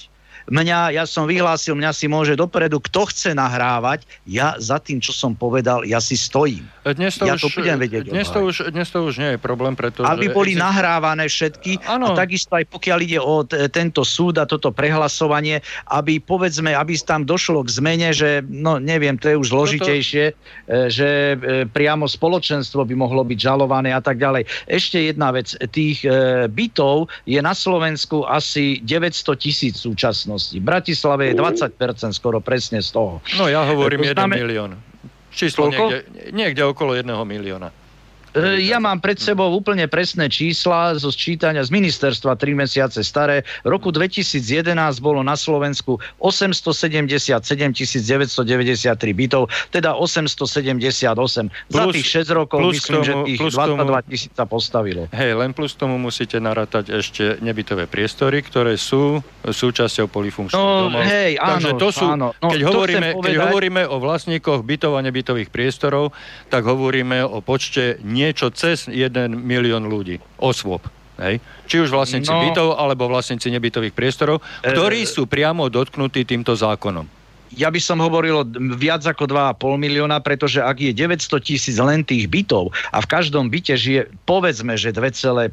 ja som vyhlásil, mňa si môže dopredu, kto chce nahrávať, ja za tým, čo som povedal, ja si stojím. Dnes to už nie je problém, pretože... Aby boli nahrávané všetky, a takisto aj pokiaľ ide o tento súd a toto prehlasovanie, aby tam došlo k zmene, že, neviem, to je už zložitejšie, že priamo spoločenstvo by mohlo byť žalované a tak ďalej. Ešte jedna vec, tých bytov je na Slovensku asi 900 000 v súčasnosti. V Bratislave je 20% skoro presne z toho. No ja hovorím 1 milión. Číslo niekde okolo 1 milióna. Ja mám pred sebou úplne presné čísla zo sčítania z ministerstva 3 mesiace staré. V roku 2011 bolo na Slovensku 877 993 bytov, teda 878. Za tých 6 rokov myslím, že tých 22 000 sa postavilo. Hej, len plus tomu musíte narátať ešte nebytové priestory, ktoré sú súčasťou polifunkčných domov. Hej, takže to sú, keď hovoríme o vlastníkoch bytov a nebytových priestorov, tak hovoríme o počte niečo cez 1 milión ľudí, osôb. Hej? Či už vlastníci bytov, alebo vlastníci nebytových priestorov, ktorí sú priamo dotknutí týmto zákonom. Ja by som hovoril viac ako 2,5 milióna, pretože ak je 900 000 len tých bytov a v každom byte žije, povedzme, že 2,5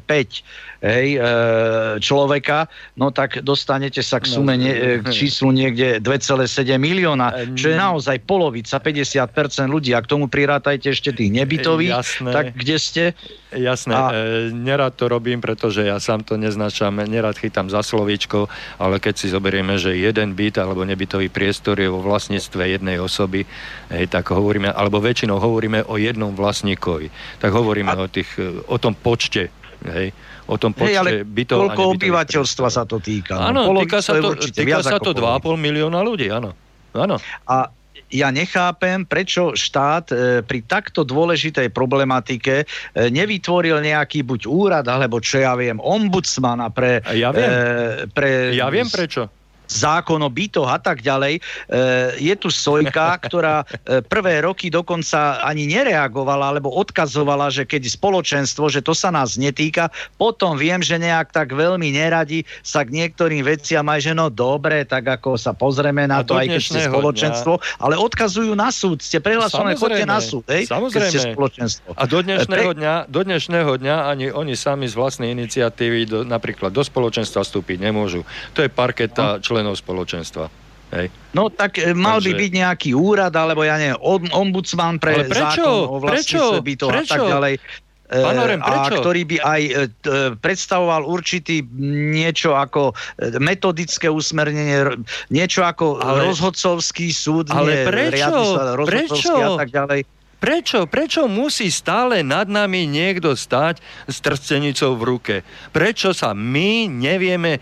človeka, tak dostanete sa k sume, k číslu niekde 2,7 milióna, čo je naozaj polovica, 50% ľudí. A k tomu prirátajte ešte tých nebytových, tak kde ste? Jasné, nerad to robím, pretože ja sám to neznačam, nerad chytám za slovíčko, ale keď si zoberieme, že jeden byt alebo nebytový priestor je vo vlastníctve jednej osoby, tak hovoríme, alebo väčšinou hovoríme o jednom vlastníkovi. Tak hovoríme o tom počte, o tom počte bytov. Koľko obyvateľstva sa to týka? Áno, týka sa to 2,5 milióna ľudí, áno. A ja nechápem, prečo štát pri takto dôležitej problematike nevytvoril nejaký buď úrad, alebo čo ja viem, ombudsmana pre... Ja viem prečo. Zákon o bytoch a tak ďalej. Je tu Sojka, ktorá prvé roky dokonca ani nereagovala, alebo odkazovala, že keď spoločenstvo, že to sa nás netýka. Potom viem, že nejak tak veľmi neradi sa k niektorým veciam aj, že dobre, tak ako sa pozrieme na to, aj keď ste spoločenstvo, ale odkazujú na súd. Ste prehlasované, choďte na súd, keď ste spoločenstvo. A do dnešného dňa ani oni sami z vlastnej iniciatívy napríklad do spoločenstva vstúpiť nemôžu. To je parketa členov spoločenstva. Hej. Tak mal by byť nejaký úrad, alebo ja neviem, ombudsman pre zákon o vlastníctve bytov a tak ďalej. A ktorý by aj predstavoval určitý niečo ako metodické usmernenie, niečo ako rozhodcovský súd, rozhodcovský a tak ďalej. Prečo musí stále nad nami niekto stáť s trstenicou v ruke? Prečo sa my nevieme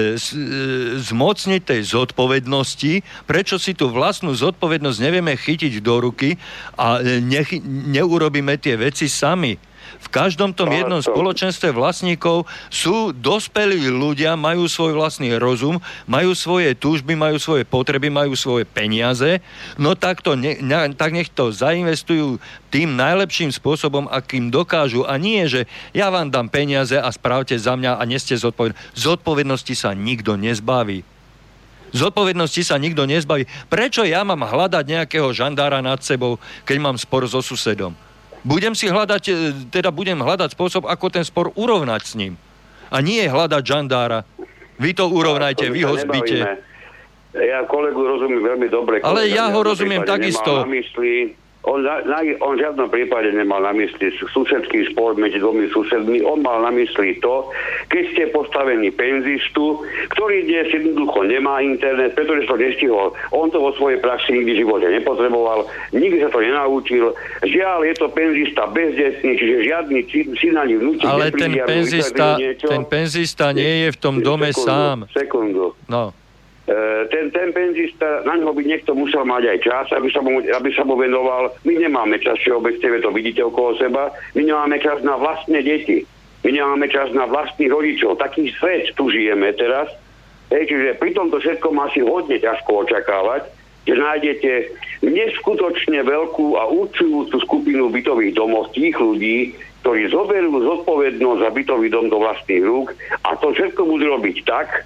zmocniť tej zodpovednosti? Prečo si tú vlastnú zodpovednosť nevieme chytiť do ruky a neurobíme tie veci sami? V každom tom jednom spoločenstve vlastníkov sú dospelí ľudia, majú svoj vlastný rozum, majú svoje túžby, majú svoje potreby, majú svoje peniaze, tak nech to zainvestujú tým najlepším spôsobom, akým dokážu. A nie, že ja vám dám peniaze a správte za mňa a neste zodpovednosť. Zodpovednosti sa nikto nezbaví. Prečo ja mám hľadať nejakého žandára nad sebou, keď mám spor so susedom? Budem hľadať spôsob, ako ten spor urovnať s ním. A nie hľadať žandára. Vy to urovnajte, vy ho zbite. Ja kolegu rozumiem veľmi dobre. Ale ja ho rozumiem takisto. On v žiadnom prípade nemal na mysli susedský spor medzi dvomi susedmi. On mal na mysli to, keď ste postavení penzistu, ktorý dnes jednoducho nemá internet, pretože to nestihol. On to vo svojej praxi nikdy v živote nepotreboval, nikdy sa to nenaučil. Žiaľ, je to penzista bezdetný, čiže žiadny syn ani vnúčik. Ale ten penzista nie je v tom dome sám. Sekundu. Ten penzista, na ňoho by niekto musel mať aj čas, aby sa mu venoval. My nemáme čas, všeobecne to vidíte okolo seba. My nemáme čas na vlastné deti. My nemáme čas na vlastných rodičov. Taký svet tu žijeme teraz. Čiže pri tomto všetkom asi hodne ťažko očakávať, že nájdete neskutočne veľkú a určujúcu skupinu bytových domov tých ľudí, ktorí zoberú zodpovednosť za bytový dom do vlastných rúk a to všetko budú robiť tak,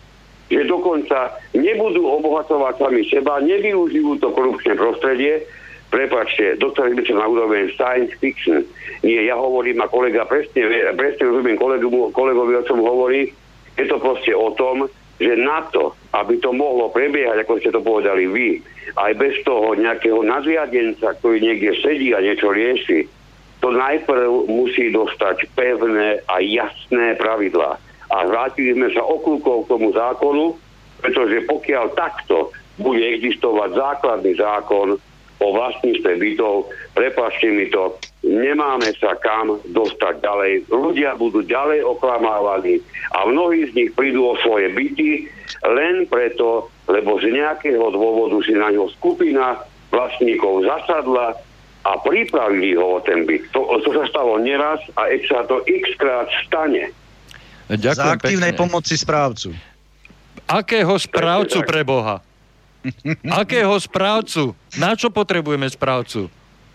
že dokonca nebudú obohacovať sami seba, nevyužijú to korupčné prostredie. Prepáčte, dostali sme sa na úroveň science fiction. Nie, ja hovorím a kolega presne rozumiem kolegovi, o čom hovorí. Je to proste o tom, že na to, aby to mohlo prebiehať, ako ste to povedali vy, aj bez toho nejakého nadriadenca, ktorý niekde sedí a niečo rieši, to najprv musí dostať pevné a jasné pravidlá. A vrátili sme sa okľúkov k tomu zákonu, pretože pokiaľ takto bude existovať základný zákon o vlastníctve bytov, prepáčte mi to, nemáme sa kam dostať ďalej. Ľudia budú ďalej oklamávaní a mnohí z nich prídu o svoje byty len preto, lebo z nejakého dôvodu si na ňo skupina vlastníkov zasadla a pripravili ho o ten byt. To sa stalo neraz a sa to x-krát stane. Ďakujem za aktívnej pomoci správcu. Akého správcu pre Boha? Akého správcu? Na čo potrebujeme správcu?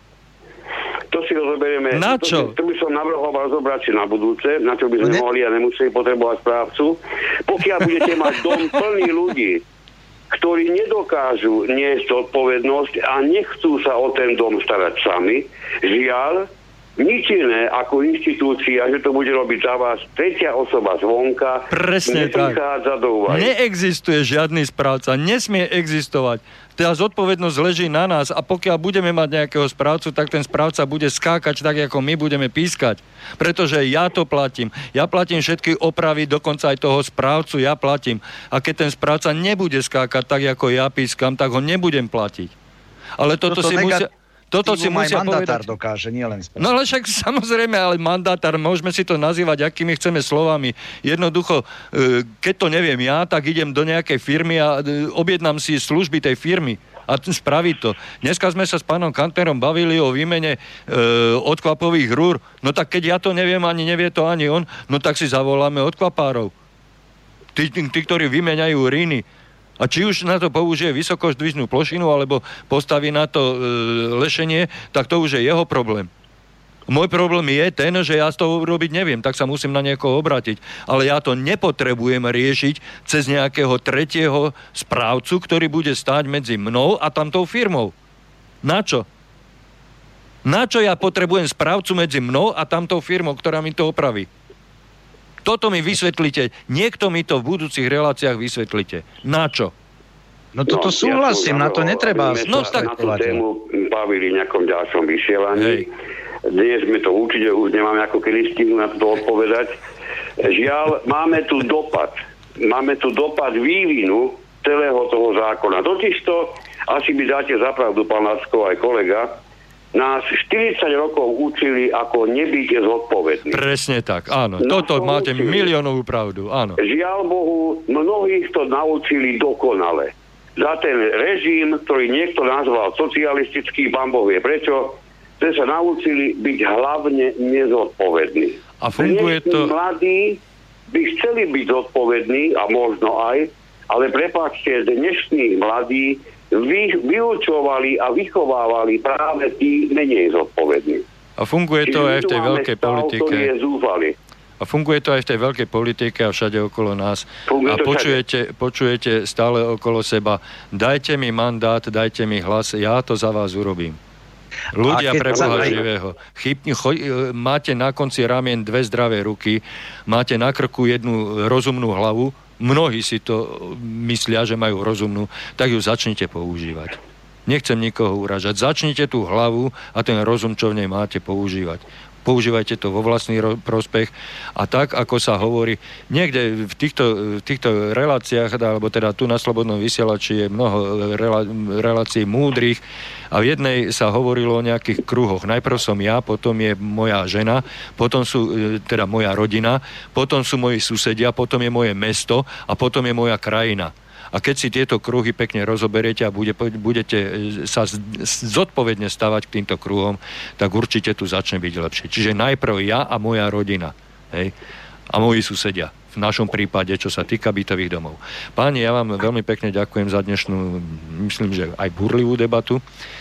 To si rozoberieme. Na čo? To by som navrhoval zobrať si na budúce, na čo by sme mohli a nemuseli potrebovať správcu. Pokiaľ budete mať dom plný ľudí, ktorí nedokážu niesť odpovednosť a nechcú sa o ten dom starať sami, žiaľ, nič iné ako inštitúcia, že to bude robiť za vás tretia osoba zvonka. Presne tak. Neexistuje žiadny správca, nesmie existovať. Tá zodpovednosť leží na nás a pokiaľ budeme mať nejakého správcu, tak ten správca bude skákať tak, ako my budeme pískať. Pretože ja to platím. Ja platím všetky opravy, dokonca aj toho správcu ja platím. A keď ten správca nebude skákať tak, ako ja pískam, tak ho nebudem platiť. Ale toto si musia... Toto si musia mandátár povedať. Dokáže, nie len správca. No ale však samozrejme, ale mandátár, môžeme si to nazývať, akými chceme slovami. Jednoducho, keď to neviem ja, tak idem do nejakej firmy a objednám si služby tej firmy a spraví to. Dneska sme sa s pánom Kanterom bavili o výmene odkvapových rúr. No tak keď ja to neviem, ani nevie to ani on, no tak si zavoláme odkvapárov. Tí, ktorí vymeniajú ríny. A či už na to použije vysokozdvižnú plošinu, alebo postaví na to lešenie, tak to už je jeho problém. Môj problém je ten, že ja z toho urobiť neviem, tak sa musím na niekoho obrátiť. Ale ja to nepotrebujem riešiť cez nejakého tretieho správcu, ktorý bude stáť medzi mnou a tamtou firmou. Na čo? Na čo ja potrebujem správcu medzi mnou a tamtou firmou, ktorá mi to opraví? Toto mi vysvetlite. Niekto mi to v budúcich reláciách vysvetlite. Na čo? No toto súhlasím, na to netreba. No tak na tú tému bavili nejakom ďalšom vysielaní. Dnes sme to určite už nemáme ako kedy stihnú na to odpovedať. Žiaľ, máme tu dopad vývinu celého toho zákona. Totižto, asi by dáte zapravdu, pán Lacko, aj kolega, nás 40 rokov učili, ako nebyť zodpovedný. Presne tak, áno. Toto máte miliónovú pravdu, áno. Žiaľ Bohu, mnohých to naučili dokonale. Za ten režim, ktorý niekto nazval socialistický, pán Boh vie prečo, sme sa naučili byť hlavne nezodpovední. A funguje to... Mladí by chceli byť zodpovední, a možno aj, ale prepáčte, dnešní mladí vyučovali a vychovávali práve tí menej zodpovední. A funguje to aj v tej veľkej politike. A funguje to aj v tej veľkej politike a všade okolo nás. A počujete stále okolo seba, dajte mi mandát, dajte mi hlas, ja to za vás urobím. Ľudia pre Boha živého. Máte na konci ramien 2 zdravé ruky, máte na krku 1 rozumnú hlavu, mnohí si to myslia, že majú rozumnú, tak ju začnite používať. Nechcem nikoho uražať. Začnite tú hlavu a ten rozum, čo v nej máte, používať. Používajte to vo vlastný prospech a tak, ako sa hovorí, niekde v týchto reláciách, alebo teda tu na Slobodnom vysielači je mnoho relácií múdrych a v jednej sa hovorilo o nejakých kruhoch. Najprv som ja, potom je moja žena, potom sú teda moja rodina, potom sú moji susedia, potom je moje mesto a potom je moja krajina. A keď si tieto kruhy pekne rozoberiete a budete sa zodpovedne stavať k týmto kruhom, tak určite tu začne byť lepšie. Čiže najprv ja a moja rodina. Hej? A moji susedia. V našom prípade, čo sa týka bytových domov. Páni, ja vám veľmi pekne ďakujem za dnešnú, myslím, že aj burlivú debatu.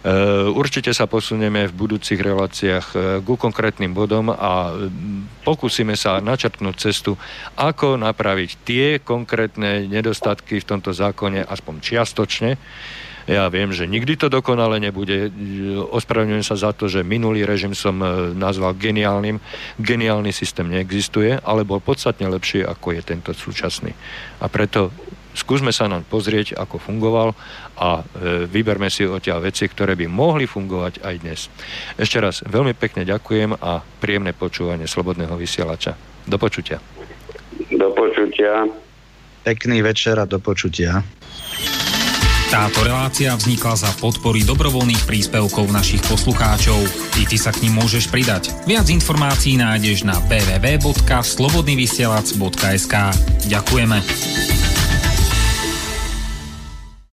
Určite sa posunieme v budúcich reláciách ku konkrétnym bodom a pokúsime sa načrtnúť cestu, ako napraviť tie konkrétne nedostatky v tomto zákone, aspoň čiastočne. Ja viem, že nikdy to dokonale nebude. Ospravedlňujem sa za to, že minulý režim som nazval geniálnym. Geniálny systém neexistuje, ale bol podstatne lepší, ako je tento súčasný. A preto skúsme sa nám pozrieť, ako fungoval a vyberme si odtiaľ veci, ktoré by mohli fungovať aj dnes. Ešte raz veľmi pekne ďakujem a príjemné počúvanie Slobodného vysielača. Do počutia. Do počutia. Pekný večer a do počutia. Táto relácia vznikla za podpory dobrovoľných príspevkov našich poslucháčov. I ty sa k nim môžeš pridať. Viac informácií nájdeš na www.slobodnyvysielac.sk. Ďakujeme.